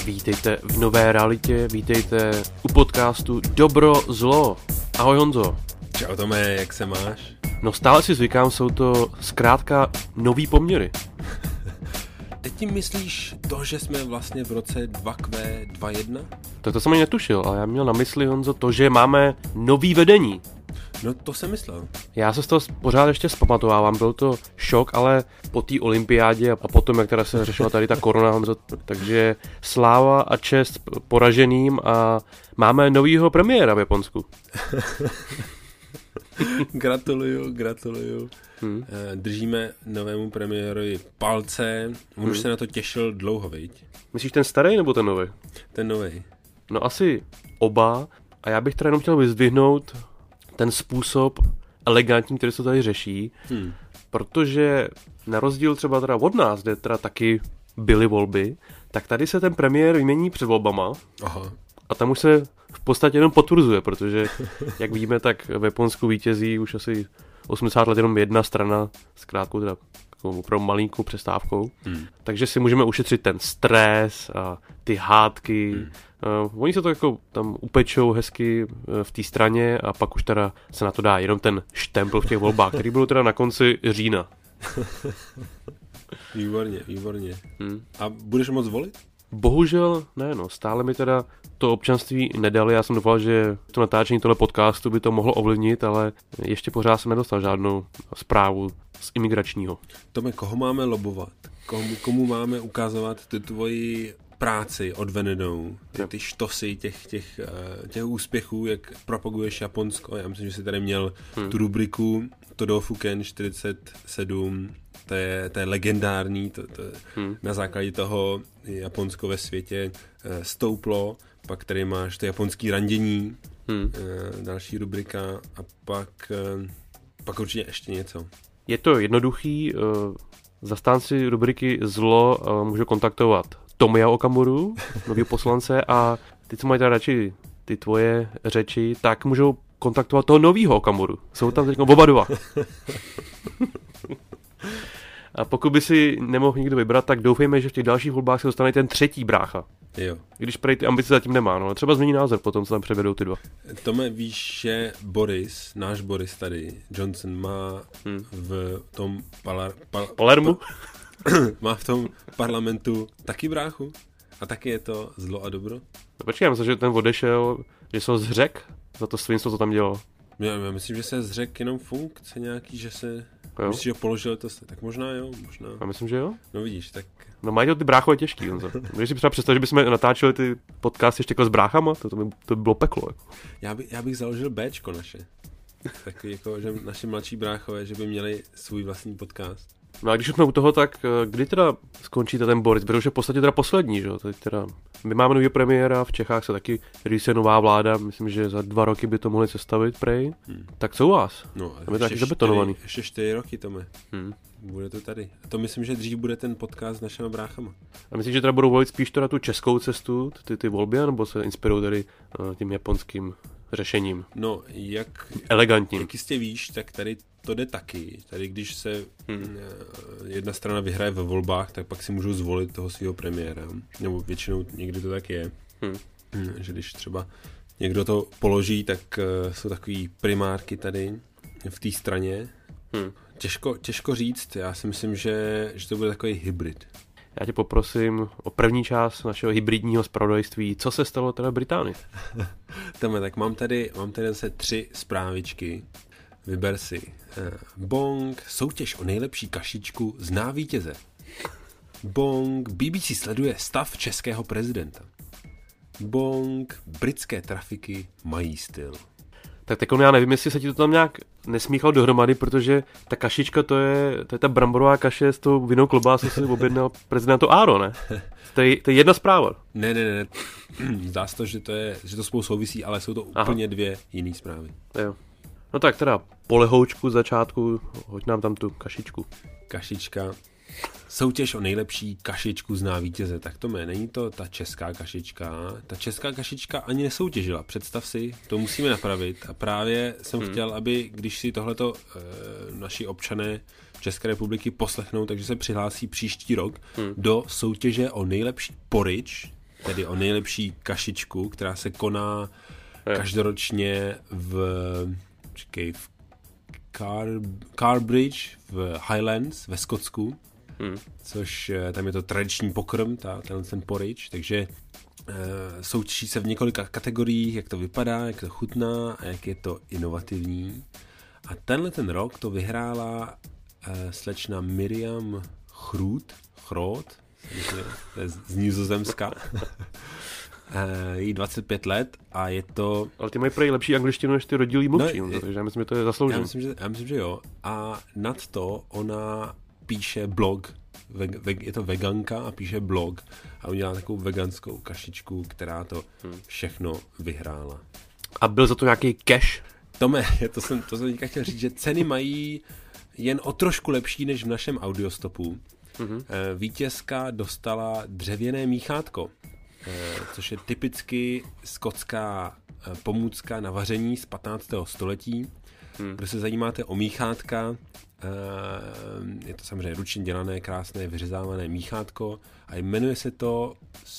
Vítejte v nové realitě, vítejte u podcastu Dobro, zlo. Ahoj Honzo. Čau Tome, jak se máš? No stále si zvykám, jsou to zkrátka nový poměry. Teď tím myslíš to, že jsme vlastně v roce 2Q21? To jsem ani netušil, ale já měl na mysli, Honzo, to, že máme nový vedení. No to jsem myslel. Já se z toho pořád ještě zpamatovávám, byl to šok, ale po té olympiádě a potom, jak teda se řešila tady ta korona, Honzo, takže sláva a čest poraženým a máme novýho premiéra v Japonsku. Gratuluju. Držíme novému premiérovi palce. On už se na to těšil dlouho, viď? Myslíš ten starý nebo ten nový? Ten nový. No asi oba. A já bych teda jenom chtěl vyzdvihnout ten způsob elegantní, který se tady řeší. Protože na rozdíl třeba teda od nás, kde teda taky byly volby, tak tady se ten premiér vymění před volbama. Aha. A tam už se v podstatě jenom potvrzuje, protože jak víme, tak v Japonsku vítězí už asi 80 let jenom jedna strana s krátkou teda opravdu malinkou přestávkou. Takže si můžeme ušetřit ten stres a ty hádky. Oni se to jako tam upečou hezky v té straně a pak už teda se na to dá jenom ten štempl v těch volbách, který byl teda na konci října. Výborně. A budeš moc volit? Bohužel ne, no. Stále mi teda to občanství nedali. Já jsem doufal, že to natáčení tohle podcastu by to mohlo ovlivnit, ale ještě pořád jsem nedostal žádnou zprávu z imigračního. Tome, koho máme lobovat? Komu máme ukazovat tu tvoji práci odvedenou? Ty štosy těch úspěchů, jak propaguješ Japonsko. Já myslím, že jsi tady měl tu rubriku Todofuken 47. To je legendární, na základě toho Japonsko ve světě stouplo, pak tady máš to japonský randění, další rubrika a pak určitě ještě něco. Je to jednoduchý, zastánci rubriky Zlo můžou kontaktovat Tomia Okamuru, nový poslance, a ty, co mají teda radši ty tvoje řeči, tak můžou kontaktovat toho novýho Okamuru. Jsou tam teď oba dva. A pokud by si nemohl nikdo vybrat, tak doufejme, že v těch dalších volbách se dostane ten třetí brácha. Jo. Když prej ty ambice zatím nemá, no, ale třeba změní názor potom, co tam převedou ty dva. Tome, víš, že náš Boris tady, Johnson, má v tom Palermu? Má v tom parlamentu taky bráchu? A taky je to zlo a dobro? No počkej, já myslím, že ten odešel, že se ho zřek za to svinstvo, co tam dělal. Já myslím, že se zřek jenom funkce nějaký, že se... Jo. Myslíš, že položil to se? Tak možná jo, možná. Já myslím, že jo. No vidíš, tak... No mají to ty bráchové těžký, když si třeba představit, že bychom natáčeli ty podcasty ještě s bráchama, to by bylo peklo. Jako. Já bych založil Bčko naše. Takový jako, že naši mladší bráchové, že by měli svůj vlastní podcast. No a když jsme u toho, tak kdy teda skončíte ten Boris? Protože už je v podstatě teda poslední, že jo? My máme nový premiéra, v Čechách se taky rýsuje nová vláda, myslím, že za 2 roky by to mohli sestavit prej. Tak co u vás? No, tam je to taky zabetonovaný. Ještě 4 roky, Tome. Bude to tady. A to myslím, že dřív bude ten podcast s našimi bráchama. A myslím, že teda budou volit spíš teda tu českou cestu, ty volby, nebo se inspirují tady tím japonským řešením? No, jak elegantním. Jak jistě víš, tak tady to jde taky. Tady když se jedna strana vyhraje ve volbách, tak pak si můžou zvolit toho svého premiéra. Nebo většinou někdy to tak je. Že když třeba někdo to položí, tak jsou takový primárky tady v té straně. Těžko říct. Já si myslím, že to bude takový hybrid. Já tě poprosím o první část našeho hybridního zpravodajství. Co se stalo teda v Británii? Tome, tak mám tady zase 3 zprávičky. Vyber si. Bong, soutěž o nejlepší kašičku zná vítěze. Bong, BBC sleduje stav českého prezidenta. Bong, britské trafiky mají styl. Tak já nevím, jestli se ti to tam nějak nesmíchal dohromady, protože ta kašička, to je ta bramborová kaše s tou vinnou klobásou, si objednal prezidentu Áro, ne? To je jedna zpráva. Ne. Zdá se to, že to spolu souvisí, ale jsou to úplně 2 jiný zprávy. Jo. No tak teda po lehoučku začátku, hoď nám tam tu kašičku. Kašička. Soutěž o nejlepší kašičku zná vítěze. Tak to není to ta česká kašička. Ta česká kašička ani nesoutěžila. Představ si, to musíme napravit. A právě jsem chtěl, aby když si tohleto naši občané České republiky poslechnou, takže se přihlásí příští rok do soutěže o nejlepší porič, tedy o nejlepší kašičku, která se koná každoročně v Carbridge v Highlands ve Skotsku, což tam je to tradiční pokrm, ten porridge, takže soutěží se v několika kategoriích, jak to vypadá, jak to chutná a jak je to inovativní. A ten rok to vyhrála slečna Miriam Groot, to je z Nizozemska. Jí 25 let a je to... Ale ty mají prej lepší angličtinu než ty rodilí mluvčí, takže já myslím, že to je zasloužené. Já myslím, že jo. A nad to ona píše blog, je to veganka a píše blog a udělá takovou veganskou kašičku, která to všechno vyhrála. A byl za to nějaký cash? Tome, to jsem teďka chtěl říct, že ceny mají jen o trošku lepší než v našem audiostopu. Vítězka dostala dřevěné míchátko, což je typicky skotská pomůcka na vaření z 15. století. Kdo se zajímáte o míchátka, je to samozřejmě ručně dělané, krásné, vyřezávané míchátko a jmenuje se to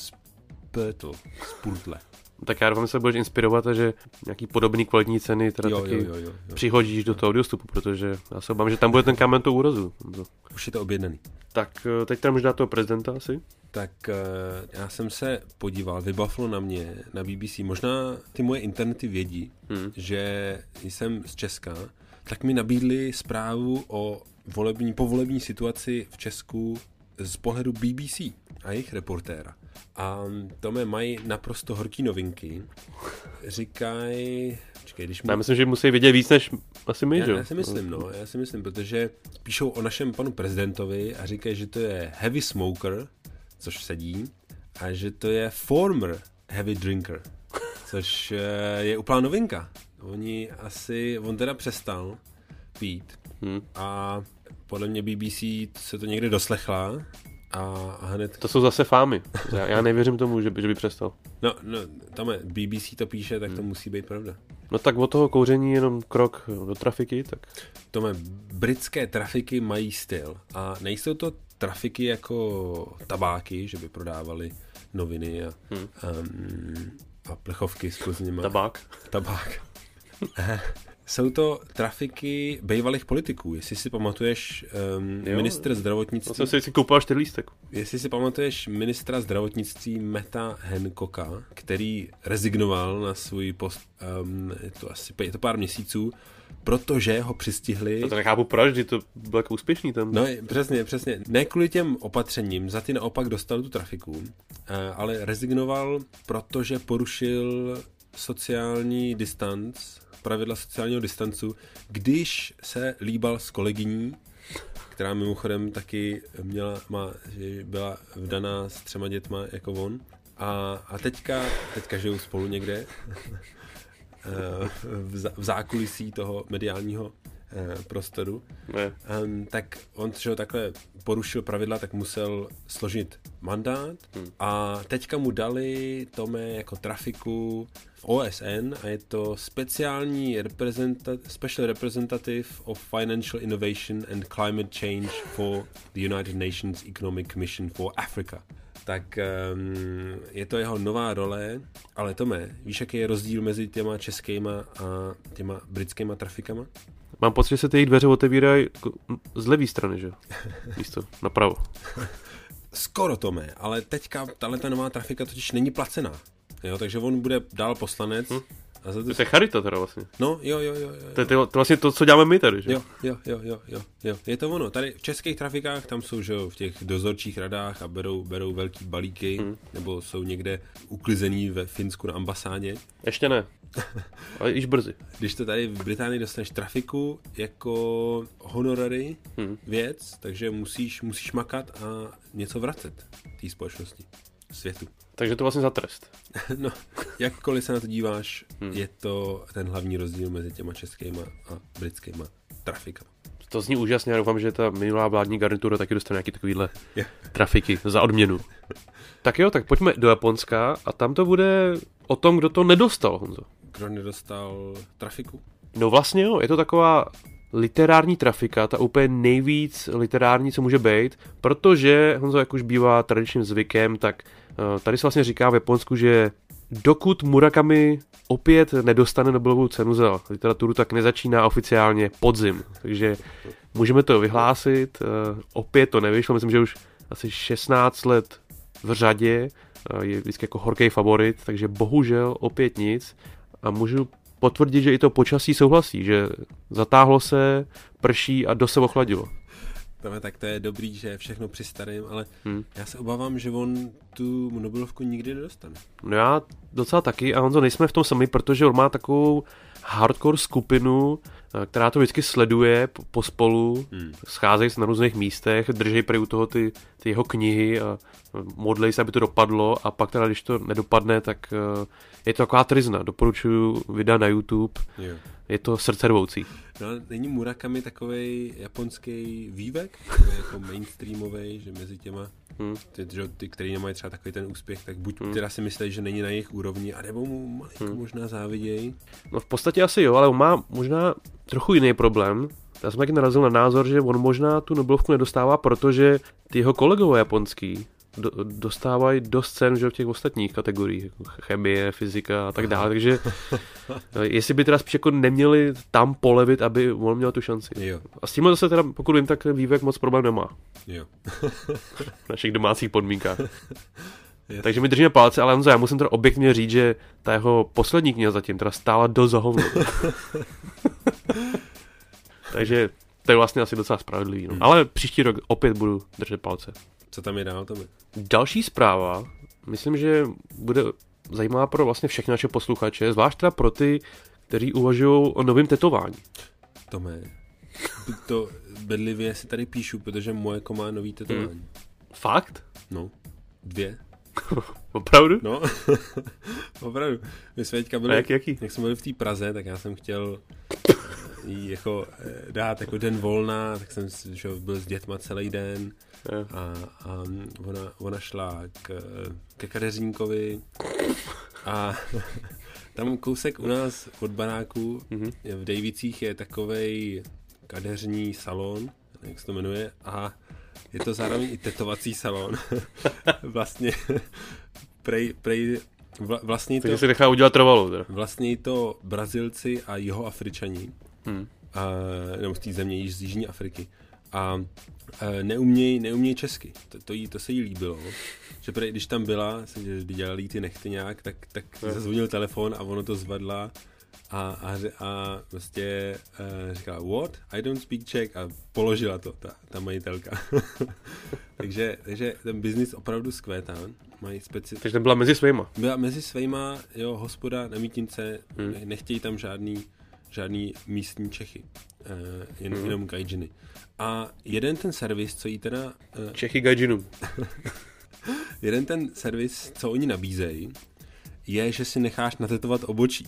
Spurtle. Tak já doufám, že se budeš inspirovat a že nějaký podobný kvalitní ceny teda taky přihodíš do toho audiostupu, protože já se obávám, že tam bude ten kámen toho úrazu. Už je to objednaný. Tak teď tam možná toho prezidenta asi? Tak já jsem se podíval, vybavilo na mě, na BBC, možná ty moje internety vědí, že jsem z Česka, tak mi nabídli zprávu o povolební situaci v Česku z pohledu BBC a jejich reportéra. A Tome, mají naprosto horký novinky. Říkají... Já myslím, že musí vědět víc než asi my, že? Já si myslím, protože píšou o našem panu prezidentovi a říkají, že to je heavy smoker, což sedí, a že to je former heavy drinker, což je úplná novinka. On teda přestal pít a podle mě BBC se to někde doslechla a hned... To jsou zase fámy. Já nevěřím tomu, že by přestal. No, tam je BBC to píše, tak to musí být pravda. No tak od toho kouření jenom krok do trafiky, tak... Tome, britské trafiky mají styl a nejsou to trafiky jako tabáky, že by prodávali noviny a plechovky s Plzněma. Tabák. Jsou to trafiky bývalých politiků. Jestli si pamatuješ ministr zdravotnictví... Já jsem si koupal 4 lístek. Jestli si pamatuješ ministra zdravotnictví Metta Hancocka, který rezignoval na svůj post, je to pár měsíců, protože ho přistihli... To nechápu proč, že to byl jako úspěšný tam. No přesně. Ne kvůli těm opatřením, za ty naopak dostal tu trafiku, ale rezignoval, protože porušil sociální distanc, pravidla sociálního distancu, když se líbal s kolegyní, která mimochodem taky byla vdaná s 3 dětma jako on. A teďka žijou spolu někde v zákulisí toho mediálního prostoru. Tak on, že ho takhle porušil pravidla, tak musel složit mandát a teďka mu dali Tome jako trafiku v OSN a je to Special Representative of Financial Innovation and Climate Change for the United Nations Economic Commission for Africa. Tak je to jeho nová role, ale Tome, víš, jaký je rozdíl mezi těma českýma a těma britskýma trafikama? Mám pocit, že se ty dveře otevírají z levé strany, že? Místo napravo. Skoro, Tome, ale teďka tahleta nová trafika totiž není placená. Jo, takže on bude dál poslanec. A za to je charita teda vlastně. No, jo. To je vlastně to, co děláme my tady, že? Jo. Je to ono. Tady v českých trafikách tam jsou, že jo, v těch dozorčích radách a berou velký balíky, nebo jsou někde uklizený ve Finsku na ambasádě. Ještě ne, ale již brzy. Když to tady v Británii dostaneš trafiku jako honorary věc, takže musíš makat a něco vracet té společnosti, světu. Takže to vlastně za trest. No, jakkoliv se na to díváš, je to ten hlavní rozdíl mezi těma českýma a britskýma trafikama. To zní úžasně, já doufám, že ta minulá vládní garnitura taky dostane nějaký takovýhle trafiky za odměnu. Tak jo, tak pojďme do Japonska a tam to bude o tom, kdo to nedostal, Honzo. Kdo nedostal trafiku? No vlastně jo, je to taková literární trafika, ta úplně nejvíc literární, co může být, protože, Honzo, jak už bývá tradičním zvykem, tak Tady se vlastně říká v Japonsku, že dokud Murakami opět nedostane Nobelovu cenu za literaturu, tak nezačíná oficiálně podzim. Takže můžeme to vyhlásit. Opět to nevyšlo, myslím, že už asi 16 let v řadě. Je vždycky jako horký favorit, takže bohužel opět nic. A můžu potvrdit, že i to počasí souhlasí, že zatáhlo se, prší a dost se ochladilo. Tak to je dobrý, že je všechno při starém, ale já se obávám, že on tu Nobelovku nikdy nedostane. No já docela taky a Honzo, nejsme v tom sami, protože on má takovou hardcore skupinu, která to vždycky sleduje pospolu, scházejí se na různých místech, drží prý u toho ty jeho knihy a modlej se, aby to dopadlo a pak teda, když to nedopadne, tak je to taková tryzna. Doporučuji videa na YouTube. Jo. Je to srdcervoucí. No, není Murakami takovej japonský vývek, jako mainstreamovej, že mezi těma, ty, který nemají třeba takový ten úspěch, tak buď teda si myslí, že není na jejich úrovni, anebo mu malinko možná závidějí. No v podstatě asi jo, ale on má možná trochu jiný problém. Já jsem taky narazil na názor, že on možná tu Nobelovku nedostává, protože ty jeho kolegové japonský dostávají dost cen, že v těch ostatních kategoriích, jako chemie, fyzika a tak dále, takže jestli by teda spíš jako neměli tam polevit, aby on měl tu šanci. Jo. A s tímhle zase teda, pokud vím, tak ten vývek moc problém nemá. Jo. V našich domácích podmínkách. Takže mi držíme palce, ale Honzo, já musím teda objektivně říct, že ta jeho poslední kniha zatím teda stála dost za hovno. Takže to je vlastně asi docela spravedlivý. No. Ale příští rok opět budu držet palce. Co tam je dál, Tomi? Další zpráva, myslím, že bude zajímavá pro vlastně všechny naše posluchače, zvlášť teda pro ty, kteří uvažují o novém tetování. Tome, to bedlivě si tady píšu, protože moje má nový tetování. Fakt? No, 2. Opravdu? No, opravdu. My jsme teďka byli, jaký? Jak jsme byli v té Praze, tak já jsem chtěl jí jako dát jako den volna, tak jsem byl s dětma celý den a ona šla ke kadeřníkovi a tam kousek u nás od baráku v Dejvicích je takovej kadeřní salon, jak se to jmenuje, a je to zároveň i tetovací salon. Vlastně vlastně takže si nechá udělat trvalou. Teda. Vlastně to Brazilci a Jihoafričani, nebo z té země z Jižní Afriky. A neumějí česky. To se jí líbilo. Že když tam byla, že dělali ty nechty nějak, tak zazvonil telefon a ono to zvadla a prostě říkala what? I don't speak Czech a položila to, ta majitelka. takže ten biznis opravdu zkvétá. Takže to byla mezi svýma. Byla mezi svýma, jo, hospoda na mítince, nechtějí tam žádný místní Čechy, jenom gaijiny. A jeden ten servis, co jí teda... Čechy gaijinů. Jeden ten servis, co oni nabízejí, je, že si necháš natetovat obočí.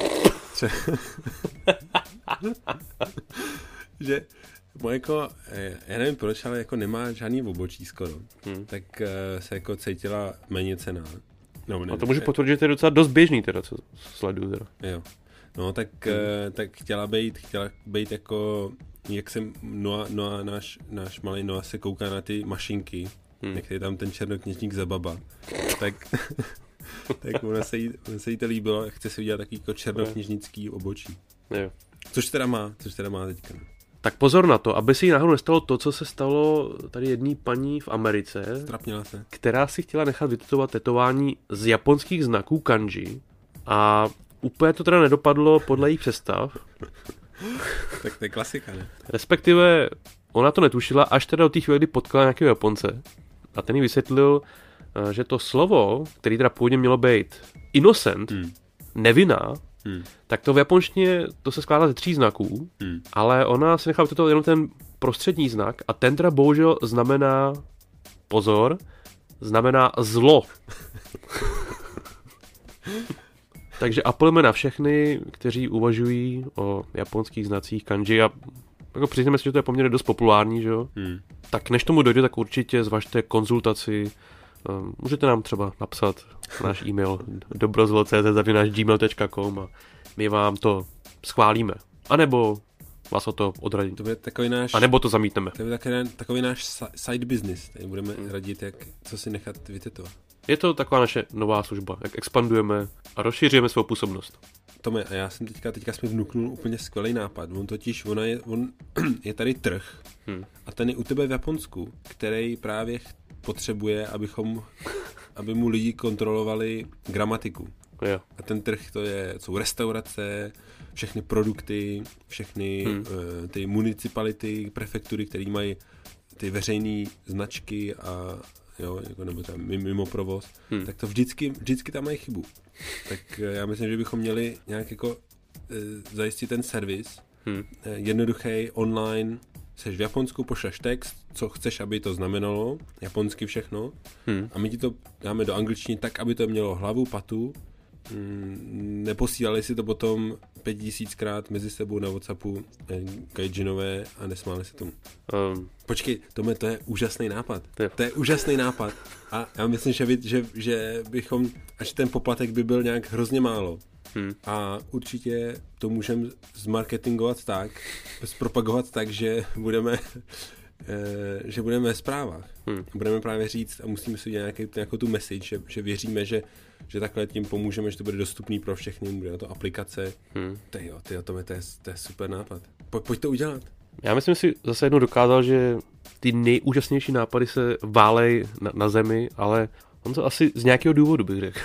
Že jako, já nevím proč, ale jako nemá žádný obočí skoro. Tak se jako cítila méně cenná. No, a to můžu potvrdit, že to je docela dost běžný teda, co sleduju teda. Jo. No tak chtěla být jako, jak jsem náš malý Noah se kouká na ty mašinky, jak je tam ten černokněžník za baba, tak ona se jí to líbilo a chce si udělat takový jako černokněžnický obočí. Jo. Což teda má teďka. Tak pozor na to, aby si jí náhodou nestalo to, co se stalo tady jedné paní v Americe, strapněla se, která si chtěla nechat vytetovat tetování z japonských znaků kanji a úplně to teda nedopadlo podle jejich představ. Tak to je klasika, ne? Respektive ona to netušila, až teda do té chvíli, kdy potkala nějakého Japonce a ten jí vysvětlil, že to slovo, který teda původně mělo být innocent, nevinná, tak to v japonštině to se skládá ze 3 znaků, ale ona si nechala vytetovat jenom ten prostřední znak a ten teda bohužel znamená, pozor, znamená zlo. Takže apelujeme na všechny, kteří uvažují o japonských znacích kanji a jako přiznáme si, že to je poměrně dost populární, že jo? Tak než tomu dojde, tak určitě zvažte konzultaci. Můžete nám třeba napsat náš e-mail dobrozlo.cz@gmail.com a my vám to schválíme. A nebo vás o to odradíme. To bude takový náš... A nebo to zamítneme. To bude takový náš side business. Tady budeme radit, co si nechat vytetovat. Je to taková naše nová služba, jak expandujeme a rozšiřujeme svou působnost. Tome, a já jsem teďka jsme vnuknul úplně skvělý nápad. On je tady trh a ten je u tebe v Japonsku, který právě potřebuje, aby mu lidi kontrolovali gramatiku. Jo. A ten trh jsou restaurace, všechny produkty, všechny ty municipality, prefektury, které mají ty veřejné značky a jo, jako, nebo tam mimo provoz, tak to vždycky tam mají chybu. Tak já myslím, že bychom měli nějak jako zajistit ten servis, jednoduchý, online, seš v Japonsku, pošleš text, co chceš, aby to znamenalo, japonsky všechno, a my ti to dáme do angličtiny tak, aby to mělo hlavu, patu, neposílali si to potom 5000krát mezi sebou na WhatsAppu gaijinové a nesmáli se tomu. Počkej, Tome, to je úžasný nápad. To je úžasný nápad. A já myslím, že bychom, až ten poplatek by byl nějak hrozně málo. A určitě to můžeme zmarketingovat tak, zpropagovat tak, že budeme ve zprávách. Budeme právě říct a musíme si udělat nějakou tu message, že věříme, že takhle tím pomůžeme, že to bude dostupný pro všechny, bude na to aplikace. Tyjo, to je super nápad. Pojď to udělat. Já myslím, že si zase jednou dokázal, že ty nejúžasnější nápady se válej na zemi, ale on to asi z nějakého důvodu bych řekl.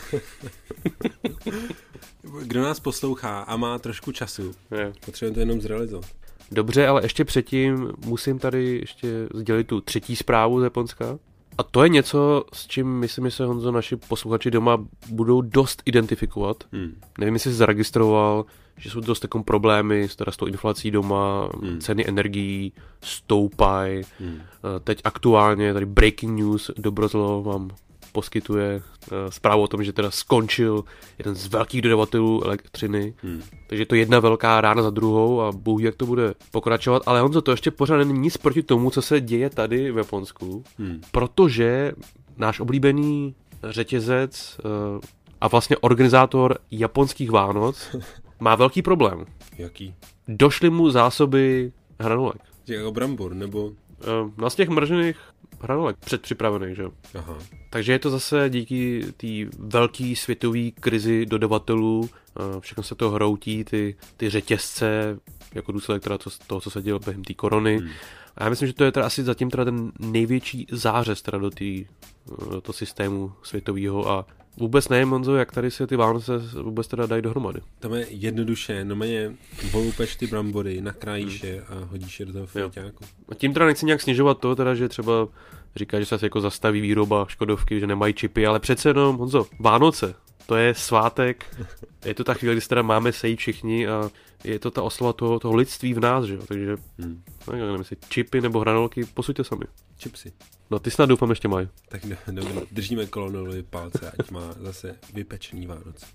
Kdo nás poslouchá a má trošku času, potřebujeme to jenom zrealizovat. Dobře, ale ještě předtím musím tady ještě sdělit tu třetí zprávu z Japonska. A to je něco, s čím myslím, že se, Honzo, naši posluchači doma budou dost identifikovat. Nevím, jestli jsi zaregistroval, že jsou dost takové problémy s tou inflací doma, ceny energií stoupají. Teď aktuálně tady breaking news, Dobrozlo vám poskytuje zprávu o tom, že teda skončil jeden z velkých dodavatelů elektřiny. Takže je to jedna velká rána za druhou a bůh jak to bude pokračovat. Ale Honzo, to ještě pořád není nic proti tomu, co se děje tady v Japonsku, protože náš oblíbený řetězec a vlastně organizátor japonských Vánoc má velký problém. Jaký? Došly mu zásoby hranolek. Jako brambor, nebo? No z těch mražených hranolek předpřipravených, že jo. Aha. Takže je to zase díky té velké světové krizi dodavatelů, všechno se to hroutí, ty řetězce, jako důsledek teda toho, co se dělo během té korony. A já myslím, že to je teda asi zatím teda ten největší zářez teda do toho systému světového a vůbec nevím, Honzo, jak tady se ty Vánoce vůbec teda dají dohromady. Tam je jednoduše, voluupeš ty brambory, nakrájíš je a hodíš je do toho fajťáku. A tím teda nechci nějak snižovat to, teda, že třeba říká, že se jako zastaví výroba Škodovky, že nemají čipy, ale přece jenom, Honzo, Vánoce, to je svátek, je to ta chvíle, kdy se teda máme sejít všichni a je to ta oslava toho lidství v nás, že jo, takže nevím, jestli čipy nebo hranolky, posuďte sami. Čipsy. No ty snad doufám ještě mají. Tak držíme Kolonovi palce, ať má zase vypečený Vánoce.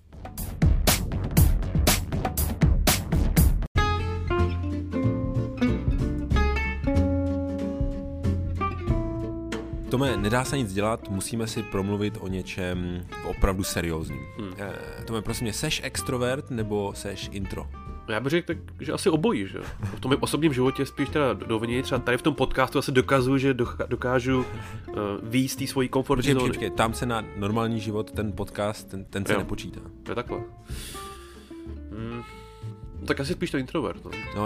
Tome, nedá se nic dělat, musíme si promluvit o něčem opravdu seriózním. Tome, prosím mě, seš extrovert nebo seš intro? Já bych řekl, že asi obojí, že? V tom mém osobním životě spíš teda dovnitř, třeba tady v tom podcastu asi dokazuju, že dokážu vyjít z té svojí komfortní zóny. Počkej, tam se na normální život ten podcast, ten se nepočítá. Je takhle. Tak asi spíš to introvert. No,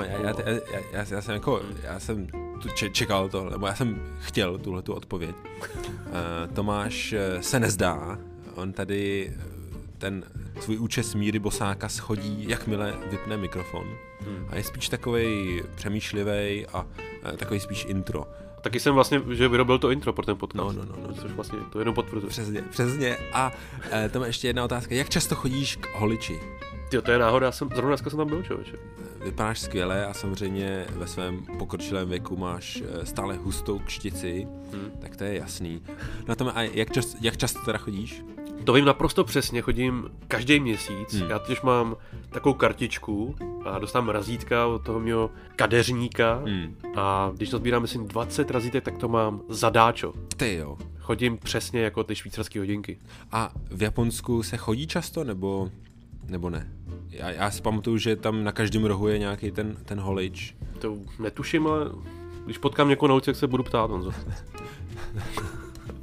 já jsem čekal to, nebo já jsem chtěl tuhletu odpověď. Tomáš se nezdá, on tady ten svůj účes Míry Bosáka schodí, jakmile vypne mikrofon. A je spíš takovej přemýšlivej a takový spíš intro. Taky jsem vlastně, že vyrobil to intro pro ten podcast. No. Což vlastně to jenom potvrzuje. Přesně. A tam je ještě jedna otázka. Jak často chodíš k holiči? Tyjo, to je náhoda, zrovna dneska jsem tam byl, člověče. Vypadáš skvěle a samozřejmě ve svém pokročilém věku máš stále hustou kštici, tak to je jasný. No tam, a jak často teda chodíš? To vím naprosto přesně, chodím každý měsíc. Já totiž mám takovou kartičku a dostávám razítka od toho mého kadeřníka a když to sbírám, myslím, 20 razítek, tak to mám zadáčo. Ty jo. Chodím přesně jako ty švýcarské hodinky. A v Japonsku se chodí často, nebo ne? Já si pamatuju, že tam na každém rohu je nějaký ten holič. To netuším, ale když potkám někoho na ulici, tak se budu ptát, Honzo.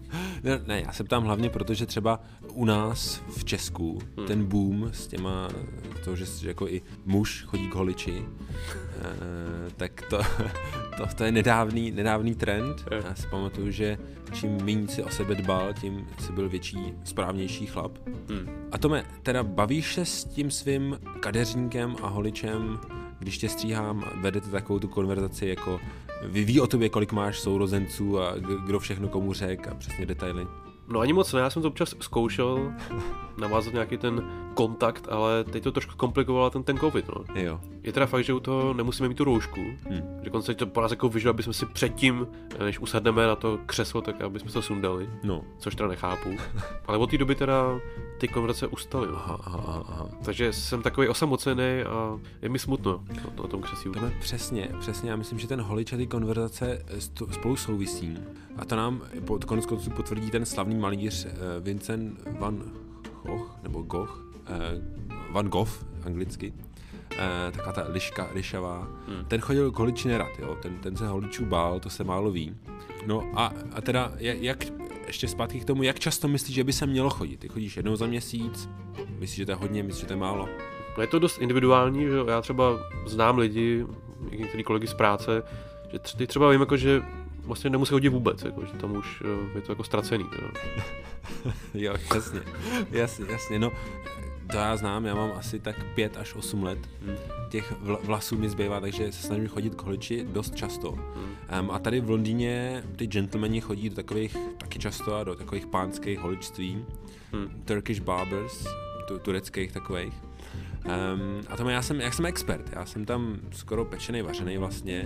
Ne, já se ptám hlavně, protože třeba u nás v Česku ten boom s těma, to, že jako i muž chodí k holiči, tak to je nedávný trend. Já si pamatuju, že čím méně si o sebe dbal, tím si byl větší, správnější chlap. A Tome, teda bavíš se s tím svým kadeřníkem a holičem, když tě stříhám, vedete takovou tu konverzaci, jako ví o tobě, kolik máš sourozenců a kdo všechno komu řek a přesně detaily? No ani moc ne, já jsem to občas zkoušel navázat nějaký ten kontakt, ale teď to trošku komplikovalo ten covid, no. Jo. Je teda fakt, že u toho nemusíme mít tu roušku, dokonce to po nás jako vyžilo, aby jsme si předtím, než usadneme na to křeslo, tak aby jsme to sundali, což teda nechápu. Ale od té doby teda ty konverzace ustaly. Aha. Takže jsem takový osamocený a je mi smutno na tom křeslu. Přesně, já myslím, že ten holič a ty konverzace spolu souvisí. A to nám konec konců potvrdí ten slavný malíř Vincent van Gogh, nebo Van Gogh anglicky. Taková ta lišavá. Ten chodil k holiči nerad, jo? Ten se holičů bál, to se málo ví. No a teda, jak ještě zpátky k tomu, jak často myslíš, že by se mělo chodit? Ty chodíš jednou za měsíc? Myslíš, že to je hodně? Myslíš, že to je málo? No je to dost individuální, že já třeba znám lidi, některý kolegy z práce, že ty třeba vím, jako, že vlastně nemusí chodit vůbec, jako, že tam už je to jako ztracený. Jo, jasně, no to já znám, já mám asi tak 5 až 8 let, těch vlasů mi zbývá, takže se snažím chodit k holiči dost často. A tady v Londýně ty gentlemani chodí do takových taky často a do takových pánských holičství, Turkish barbers, tureckých takových. A to já jsem expert, já jsem tam skoro pečený, vařený vlastně.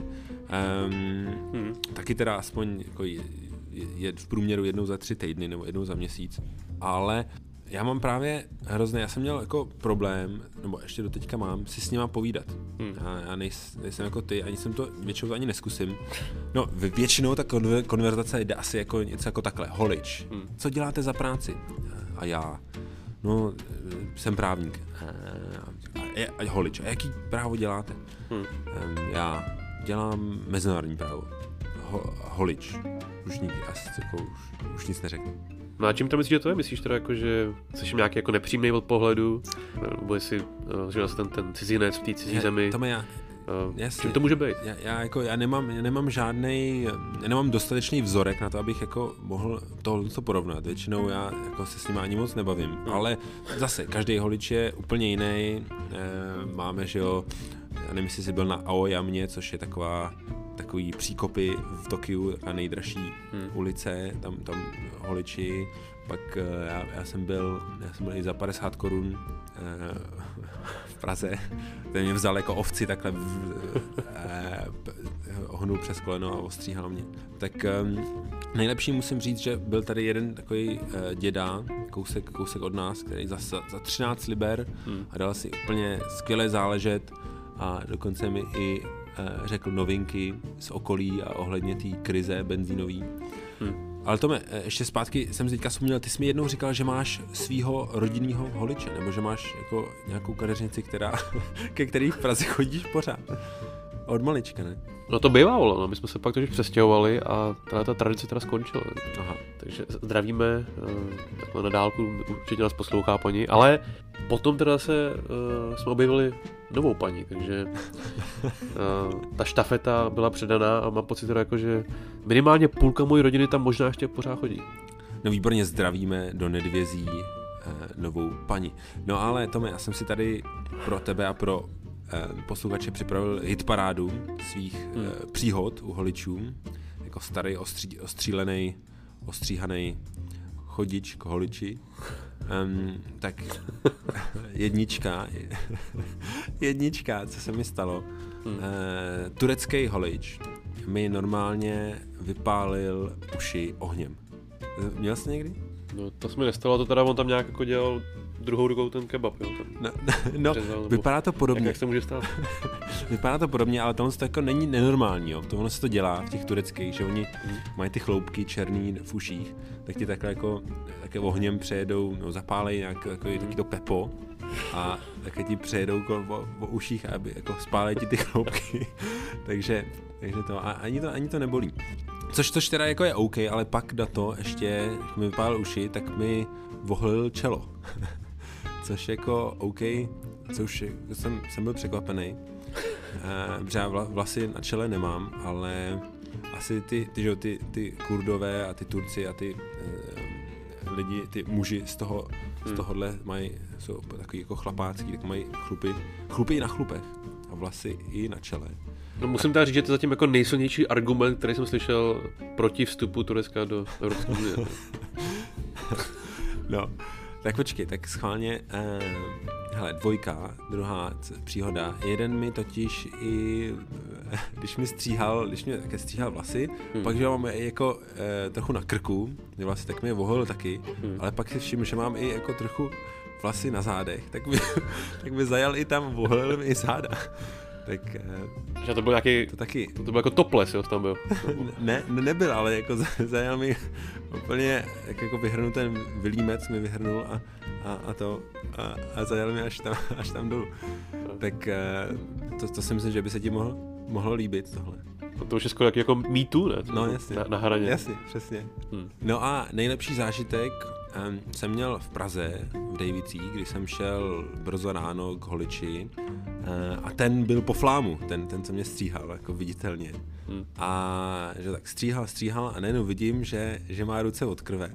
Taky teda aspoň jako je v průměru jednou za 3 týdny nebo jednou za měsíc. Ale já mám právě hrozně, já jsem měl jako problém, nebo ještě doteďka mám, si s nima povídat. Já nejsem jako ty, ani jsem to většinou ani neskusím. No, většinou ta konverzace jde asi jako něco jako takhle, holič. Co děláte za práci? A já, no, jsem právník. A holič. A jaký právo děláte? Já dělám mezinárodní právo. Holič. Už nikdy, asi jako už nic neřeknu. No a čím to myslíš, že to je? Myslíš teda jako, že jsi nějaký jako nepřímnej od pohledu? Nebo jestli že ten cizinec v té cizí zemi? Čím to může být? Já nemám dostatečný vzorek na to, abych jako mohl tohleto porovnat. Většinou já jako se s ním ani moc nebavím. Ale zase, každý holič je úplně jiný. Máme, že jo, já nevím, jestli jsi byl na Aoyamě, což je takový příkopy v Tokiu a nejdražší ulice, tam holiči. Pak já jsem byl i za 50 korun v Praze, ten mě vzal jako ovci takhle ohnul přes koleno a ostříhal mě. Tak nejlepší musím říct, že byl tady jeden takový děda, kousek od nás, který za 13 liber a dal si úplně skvěle záležet a dokonce mi i řekl novinky z okolí a ohledně té krize benzínový. Ale Tome, ještě zpátky jsem teďka vzpomněl, ty jsi mi jednou říkal, že máš svýho rodinného holiče, nebo že máš jako nějakou kadeřnici, ke který v Praze chodíš pořád. Od malička, ne? No to bývalo, no. My jsme se pak totiž přestěhovali a ta tradice teda skončila. Aha. Takže zdravíme takhle na dálku, určitě nás poslouchá paní, ale potom teda jsme objevili novou paní, takže ta štafeta byla předaná a mám pocit teda jako, že minimálně půlka mojí rodiny tam možná ještě pořád chodí. No výborně, zdravíme do Nedvězí novou paní. No ale Tome, já jsem si tady pro tebe a pro posluchače připravil hitparádu svých příhod u holičů, jako starý ostříhaný chodič k holiči. Tak jednička, co se mi stalo. Turecký holič mi normálně vypálil uši ohněm. Měl jsi někdy? No to se mi nestalo, to teda on tam nějak jako dělal druhou rukou ten kebab, jo. No vypadá to podobně. Jak se může stát? Vypadá to podobně, ale tohle to jako není nenormální, jo. Ono se to dělá v těch tureckých, že oni mají ty chloupky černý v uších, tak ti takhle jako také ohněm přejedou, no, zapálejí nějak taky to pepo a také ti přejedou po uších, aby jako spálej ti ty chloupky. takže to ani to nebolí. Což teda jako je OK, ale pak na to ještě, jak mi vypálil uši, tak mi vohlil čelo. Což jako OK, což jsem byl překvapený. Protože já vlasy na čele nemám, ale asi ty Kurdové a ty Turci a ty lidi, ty muži z tohohle jsou takový jako chlapácký, tak mají chlupy i na chlupech a vlasy i na čele. No musím teda říct, že to je zatím jako nejsilnější argument, který jsem slyšel proti vstupu Turecka do Evropské unie. No, tak počkej, tak schválně, hele, dvojka, druhá příhoda, jeden mi totiž i, když mě také stříhal vlasy, pak, že mám jako trochu na krku, vlasy, tak mi je voholil taky, ale pak si všiml, že mám i jako trochu vlasy na zádech, tak mi zajal i tam, voholil mi i záda. Tak, že to byl nějaký, to byl jako topless, jo, tam byl. Nebyl, ale jako zajal mi úplně, jako vyhrnul ten vylímec, mi vyhrnul a zajal mi až tam dolů. Tak to si myslím, že by se ti mohlo líbit tohle. To už je skoro jako Me Too, ne? No jasně. Na hraně. Jasně, přesně. No a nejlepší zážitek jsem měl v Praze, v Dejvicích, kdy jsem šel brzo ráno k holiči a ten byl po flámu, ten co mě stříhal, jako viditelně. A že tak stříhal a najednou vidím, že má ruce od krve.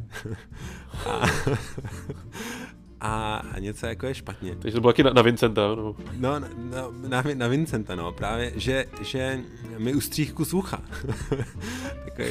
A něco jako je špatně. Takže to bylo taky na Vincenta, no? No, na Vincenta, no, právě, že mi ustříhku z ucha. Takový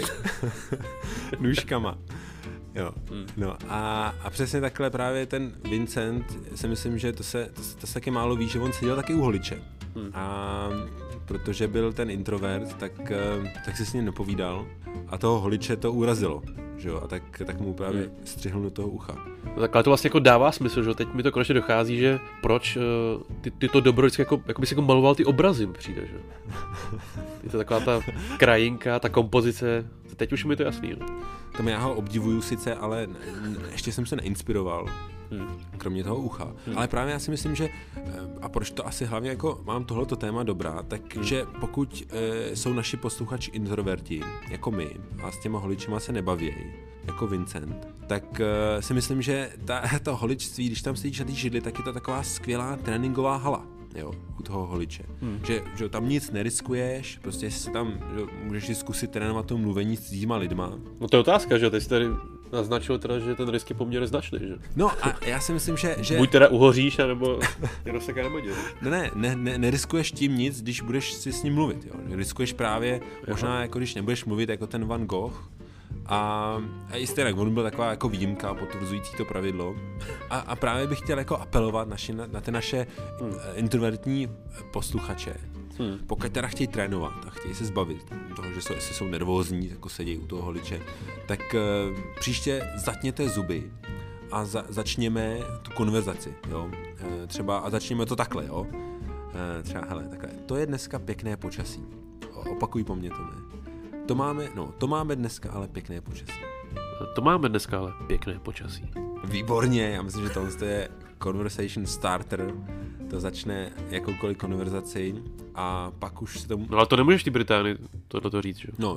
nůžkama. Jo, no a přesně takhle právě ten Vincent, si myslím, že to se taky málo ví, že on seděl taky u holiče. A protože byl ten introvert, tak si s ním nepovídal a toho holiče to urazilo. Že jo? A tak mu právě střihl do toho ucha. No takhle to vlastně jako dává smysl, že teď mi to konečně dochází, že proč ty to dobro vždycky jako bys jako maloval ty obrazy, přijde, že? Je to taková ta krajinka, ta kompozice, teď už mi to jasný, no. Tam já ho obdivuju sice, ale ještě jsem se neinspiroval. Kromě toho ucha. Ale právě já si myslím, že a proč to asi hlavně jako mám tohleto téma dobrá, takže pokud jsou naši posluchači introverti, jako my, a s těma holičima se nebavějí, jako Vincent, tak si myslím, že to holičství, když tam sedíš na té židli, tak je to taková skvělá tréninková hala. Jo, u toho holiče. Že tam nic neriskuješ, prostě si tam můžeš si zkusit trénovat to mluvení s cizíma lidma. No to je otázka, že? Ty jsi tady naznačil teda, že ten risk je poměrně značný, že? No a já si myslím, že buď teda uhoříš, anebo jenom se nebodě. Neriskuješ tím nic, když budeš si s ním mluvit, jo. Riskuješ právě, možná jako když nebudeš mluvit jako ten Van Gogh, a jistě tak, on byl taková jako výjimka potvrzující to pravidlo a právě bych chtěl jako apelovat na ty naše introvertní posluchače. Pokud teda chtějí trénovat a chtějí se zbavit toho, že jestli jsou nervózní, jako sedí u toho holiče, tak příště zatněte zuby a začněme tu konverzaci, jo. Třeba a začněme to takhle, jo. Třeba hele, takhle, to je dneska pěkné počasí. Opakuj po mně to, ne? To máme dneska ale pěkné počasí. To máme dneska ale pěkné počasí. Výborně, já myslím, že tohle je conversation starter. To začne jakoukoliv konverzaci a pak už se tomu... No ale to nemůžeš ty Británii tohleto říct, že? No,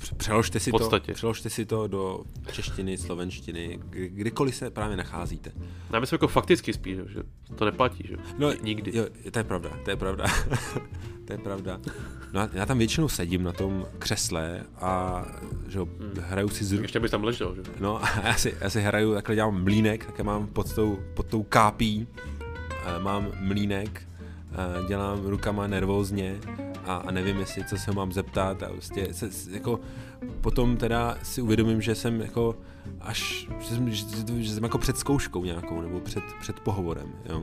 přeložte si to do češtiny, slovenštiny, kdykoliv se právě nacházíte. Já myslím jako fakticky spíš, že to neplatí, že? No, nikdy. Jo, to je pravda. To je pravda. No já tam většinou sedím na tom křesle a že hraju si ještě bys tam ležel, že? No a já si hraju, takhle dělám mlýnek, také mám pod tou kápí, mám mlýnek, dělám rukama nervózně a nevím, jestli co se mám zeptat a prostě jako potom teda si uvědomím, že jsem jako že jsem jako před zkouškou nějakou nebo před pohovorem, jo.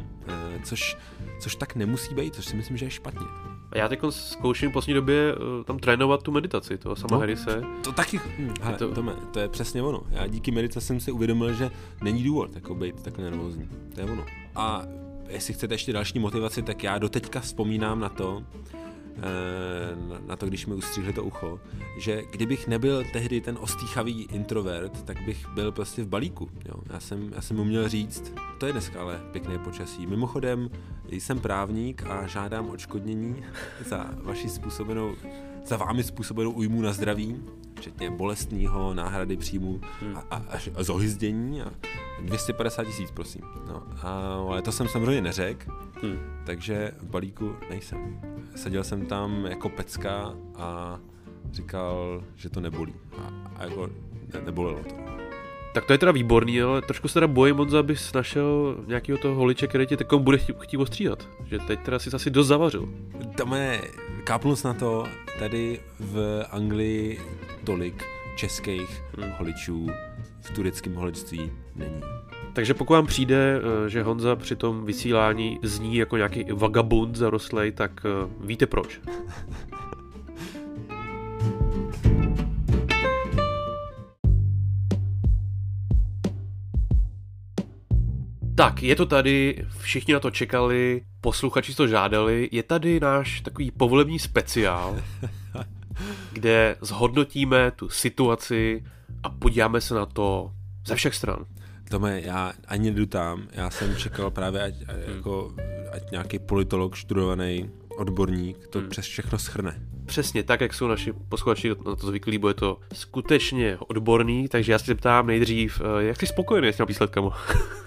Což tak nemusí být, což si myslím, že je špatně. A já teď zkouším v poslední době tam trénovat tu meditaci, toho sama Harrise. To taky, to je přesně ono. Já díky meditaci jsem si uvědomil, že není důvod jako být takhle nervózní. To je ono. A jestli chcete ještě další motivaci, tak já doteďka vzpomínám na to, když mi ustříhli to ucho, že kdybych nebyl tehdy ten ostýchavý introvert, tak bych byl prostě v balíku. Jo. Já jsem mu měl říct, to je dneska ale pěkné počasí. Mimochodem, jsem právník a žádám odškodnění za vámi způsobenou újmu na zdraví. včetně bolestního, náhrady příjmu a zohyzdění a 250 000, prosím. No, ale to jsem samozřejmě neřekl, takže v balíku nejsem. Seděl jsem tam jako pecka a říkal, že to nebolí. A jako nebolelo to. Tak to je teda výborný, ale trošku se teda bojím, Honza, abys našel nějakého toho holiče, který tě takom bude chtít ostříhat. Že teď teda si asi dost zavařil. Tome, kápnul na to, tady v Anglii tolik českých holičů v tureckém holičství není. Takže pokud vám přijde, že Honza při tom vysílání zní jako nějaký vagabund zarostlej, tak víte proč. Tak, je to tady, všichni na to čekali, posluchači to žádali, je tady náš takový povolební speciál, kde zhodnotíme tu situaci a podíváme se na to ze všech stran. Tome, já ani nedu tam, já jsem čekal právě, ať nějaký politolog, studovaný odborník to přes všechno shrne. Přesně tak, jak jsou naši posluchači na to zvyklí, bude to skutečně odborný, takže já se zeptám nejdřív, jak jsi spokojený s těmi výsledkama?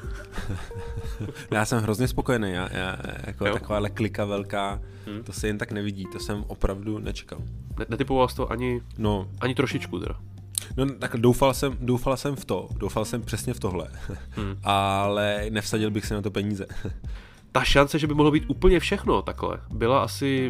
Já jsem hrozně spokojený, já jako takováhle klika velká, to se jen tak nevidí, to jsem opravdu nečekal. Netypoval jsi to ani trošičku teda. No tak doufal jsem přesně v tohle, ale nevsadil bych se na to peníze. Ta šance, že by mohlo být úplně všechno takhle, byla asi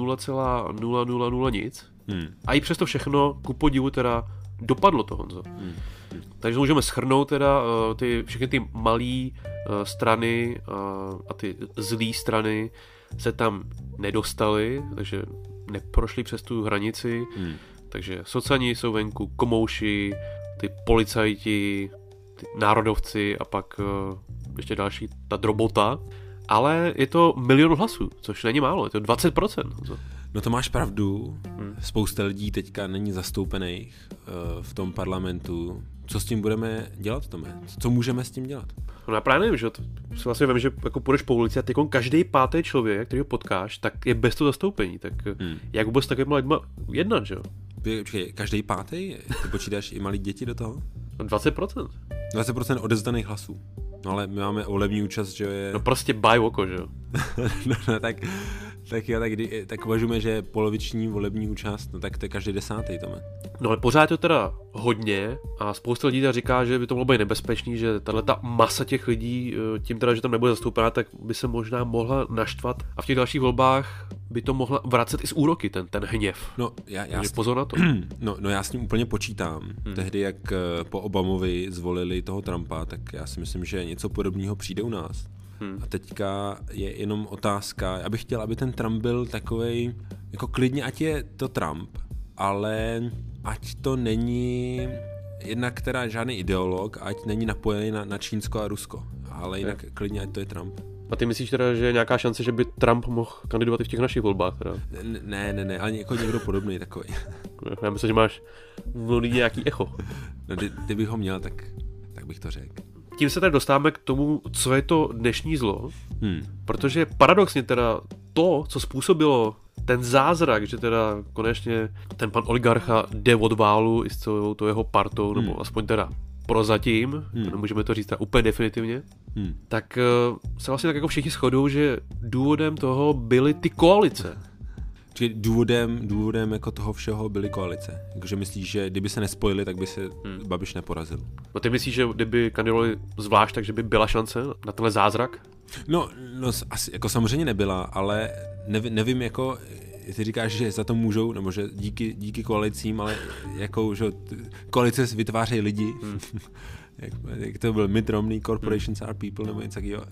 0,000 nic. A i přesto všechno, ku podivu teda, dopadlo to, Honzo. Takže můžeme shrnout teda všechny ty malé strany a ty zlé strany se tam nedostaly, takže neprošli přes tu hranici. Takže socani jsou venku, komouši, ty policajti, ty národovci a pak ještě další, ta drobota. Ale je to 1 000 000 hlasů, což není málo, je to 20%. No to máš pravdu, spousta lidí teďka není zastoupených v tom parlamentu. Co s tím budeme dělat, Tome? Co můžeme s tím dělat? No já právě nevím, že si vlastně vím, že jako půjdeš po ulici a teď každý 5. člověk, který ho potkáš, tak je bez toho zastoupení. Tak jak vůbec s takovými lidma jednat, že jo? Počkej, každý 5? Ty počítáš i malí děti do toho? No 20%. 20% odevzdaných hlasů. No ale my máme volební účast, že je... No prostě baj oko, že jo? no, tak uvažujeme, že poloviční volební účast, no tak to je každý 10. Tome. No ale pořád je to teda hodně a spousta lidí říká, že by to mohlo být nebezpečný, že tato masa těch lidí tím teda, že tam nebude zastoupená, tak by se možná mohla naštvat a v těch dalších volbách by to mohla vracet i z úroky, ten hněv. No, pozor na to. No já s ním úplně počítám. Tehdy, jak po Obamovi zvolili toho Trumpa, tak já si myslím, že něco podobného přijde u nás. A teďka je jenom otázka, já bych chtěl, aby ten Trump byl takovej, jako klidně, ať je to Trump, ale ať to není jednak teda žádný ideolog, ať není napojený na Čínsko a Rusko, ale jinak klidně, ať to je Trump. A ty myslíš teda, že je nějaká šance, že by Trump mohl kandidovat i v těch našich volbách? Teda? Ne, ale jako někdo podobný takový. Já myslím, že máš mluví nějaký echo. No, kdybych ho měl, tak bych to řekl. Tím se tady dostáváme k tomu, co je to dnešní zlo, protože paradoxně teda to, co způsobilo ten zázrak, že teda konečně ten pan oligarcha jde od válu i s celou to jeho partou, nebo aspoň teda prozatím, nemůžeme to říct úplně definitivně, tak se vlastně tak jako všichni shodují, že důvodem toho byly ty koalice. Čili důvodem jako toho všeho byly koalice. Jakože myslíš, že kdyby se nespojili, tak by se Babiš neporazil. No ty myslíš, že kdyby kandidovali zvlášť, takže by byla šance na tenhle zázrak? No asi, jako samozřejmě nebyla, ale nevím jako, ty říkáš, že za to můžou, nebo že díky koalicím, ale jako, že koalice vytvářejí lidi, jak to byl Mitt Romney, corporations are people, nebo něco takového,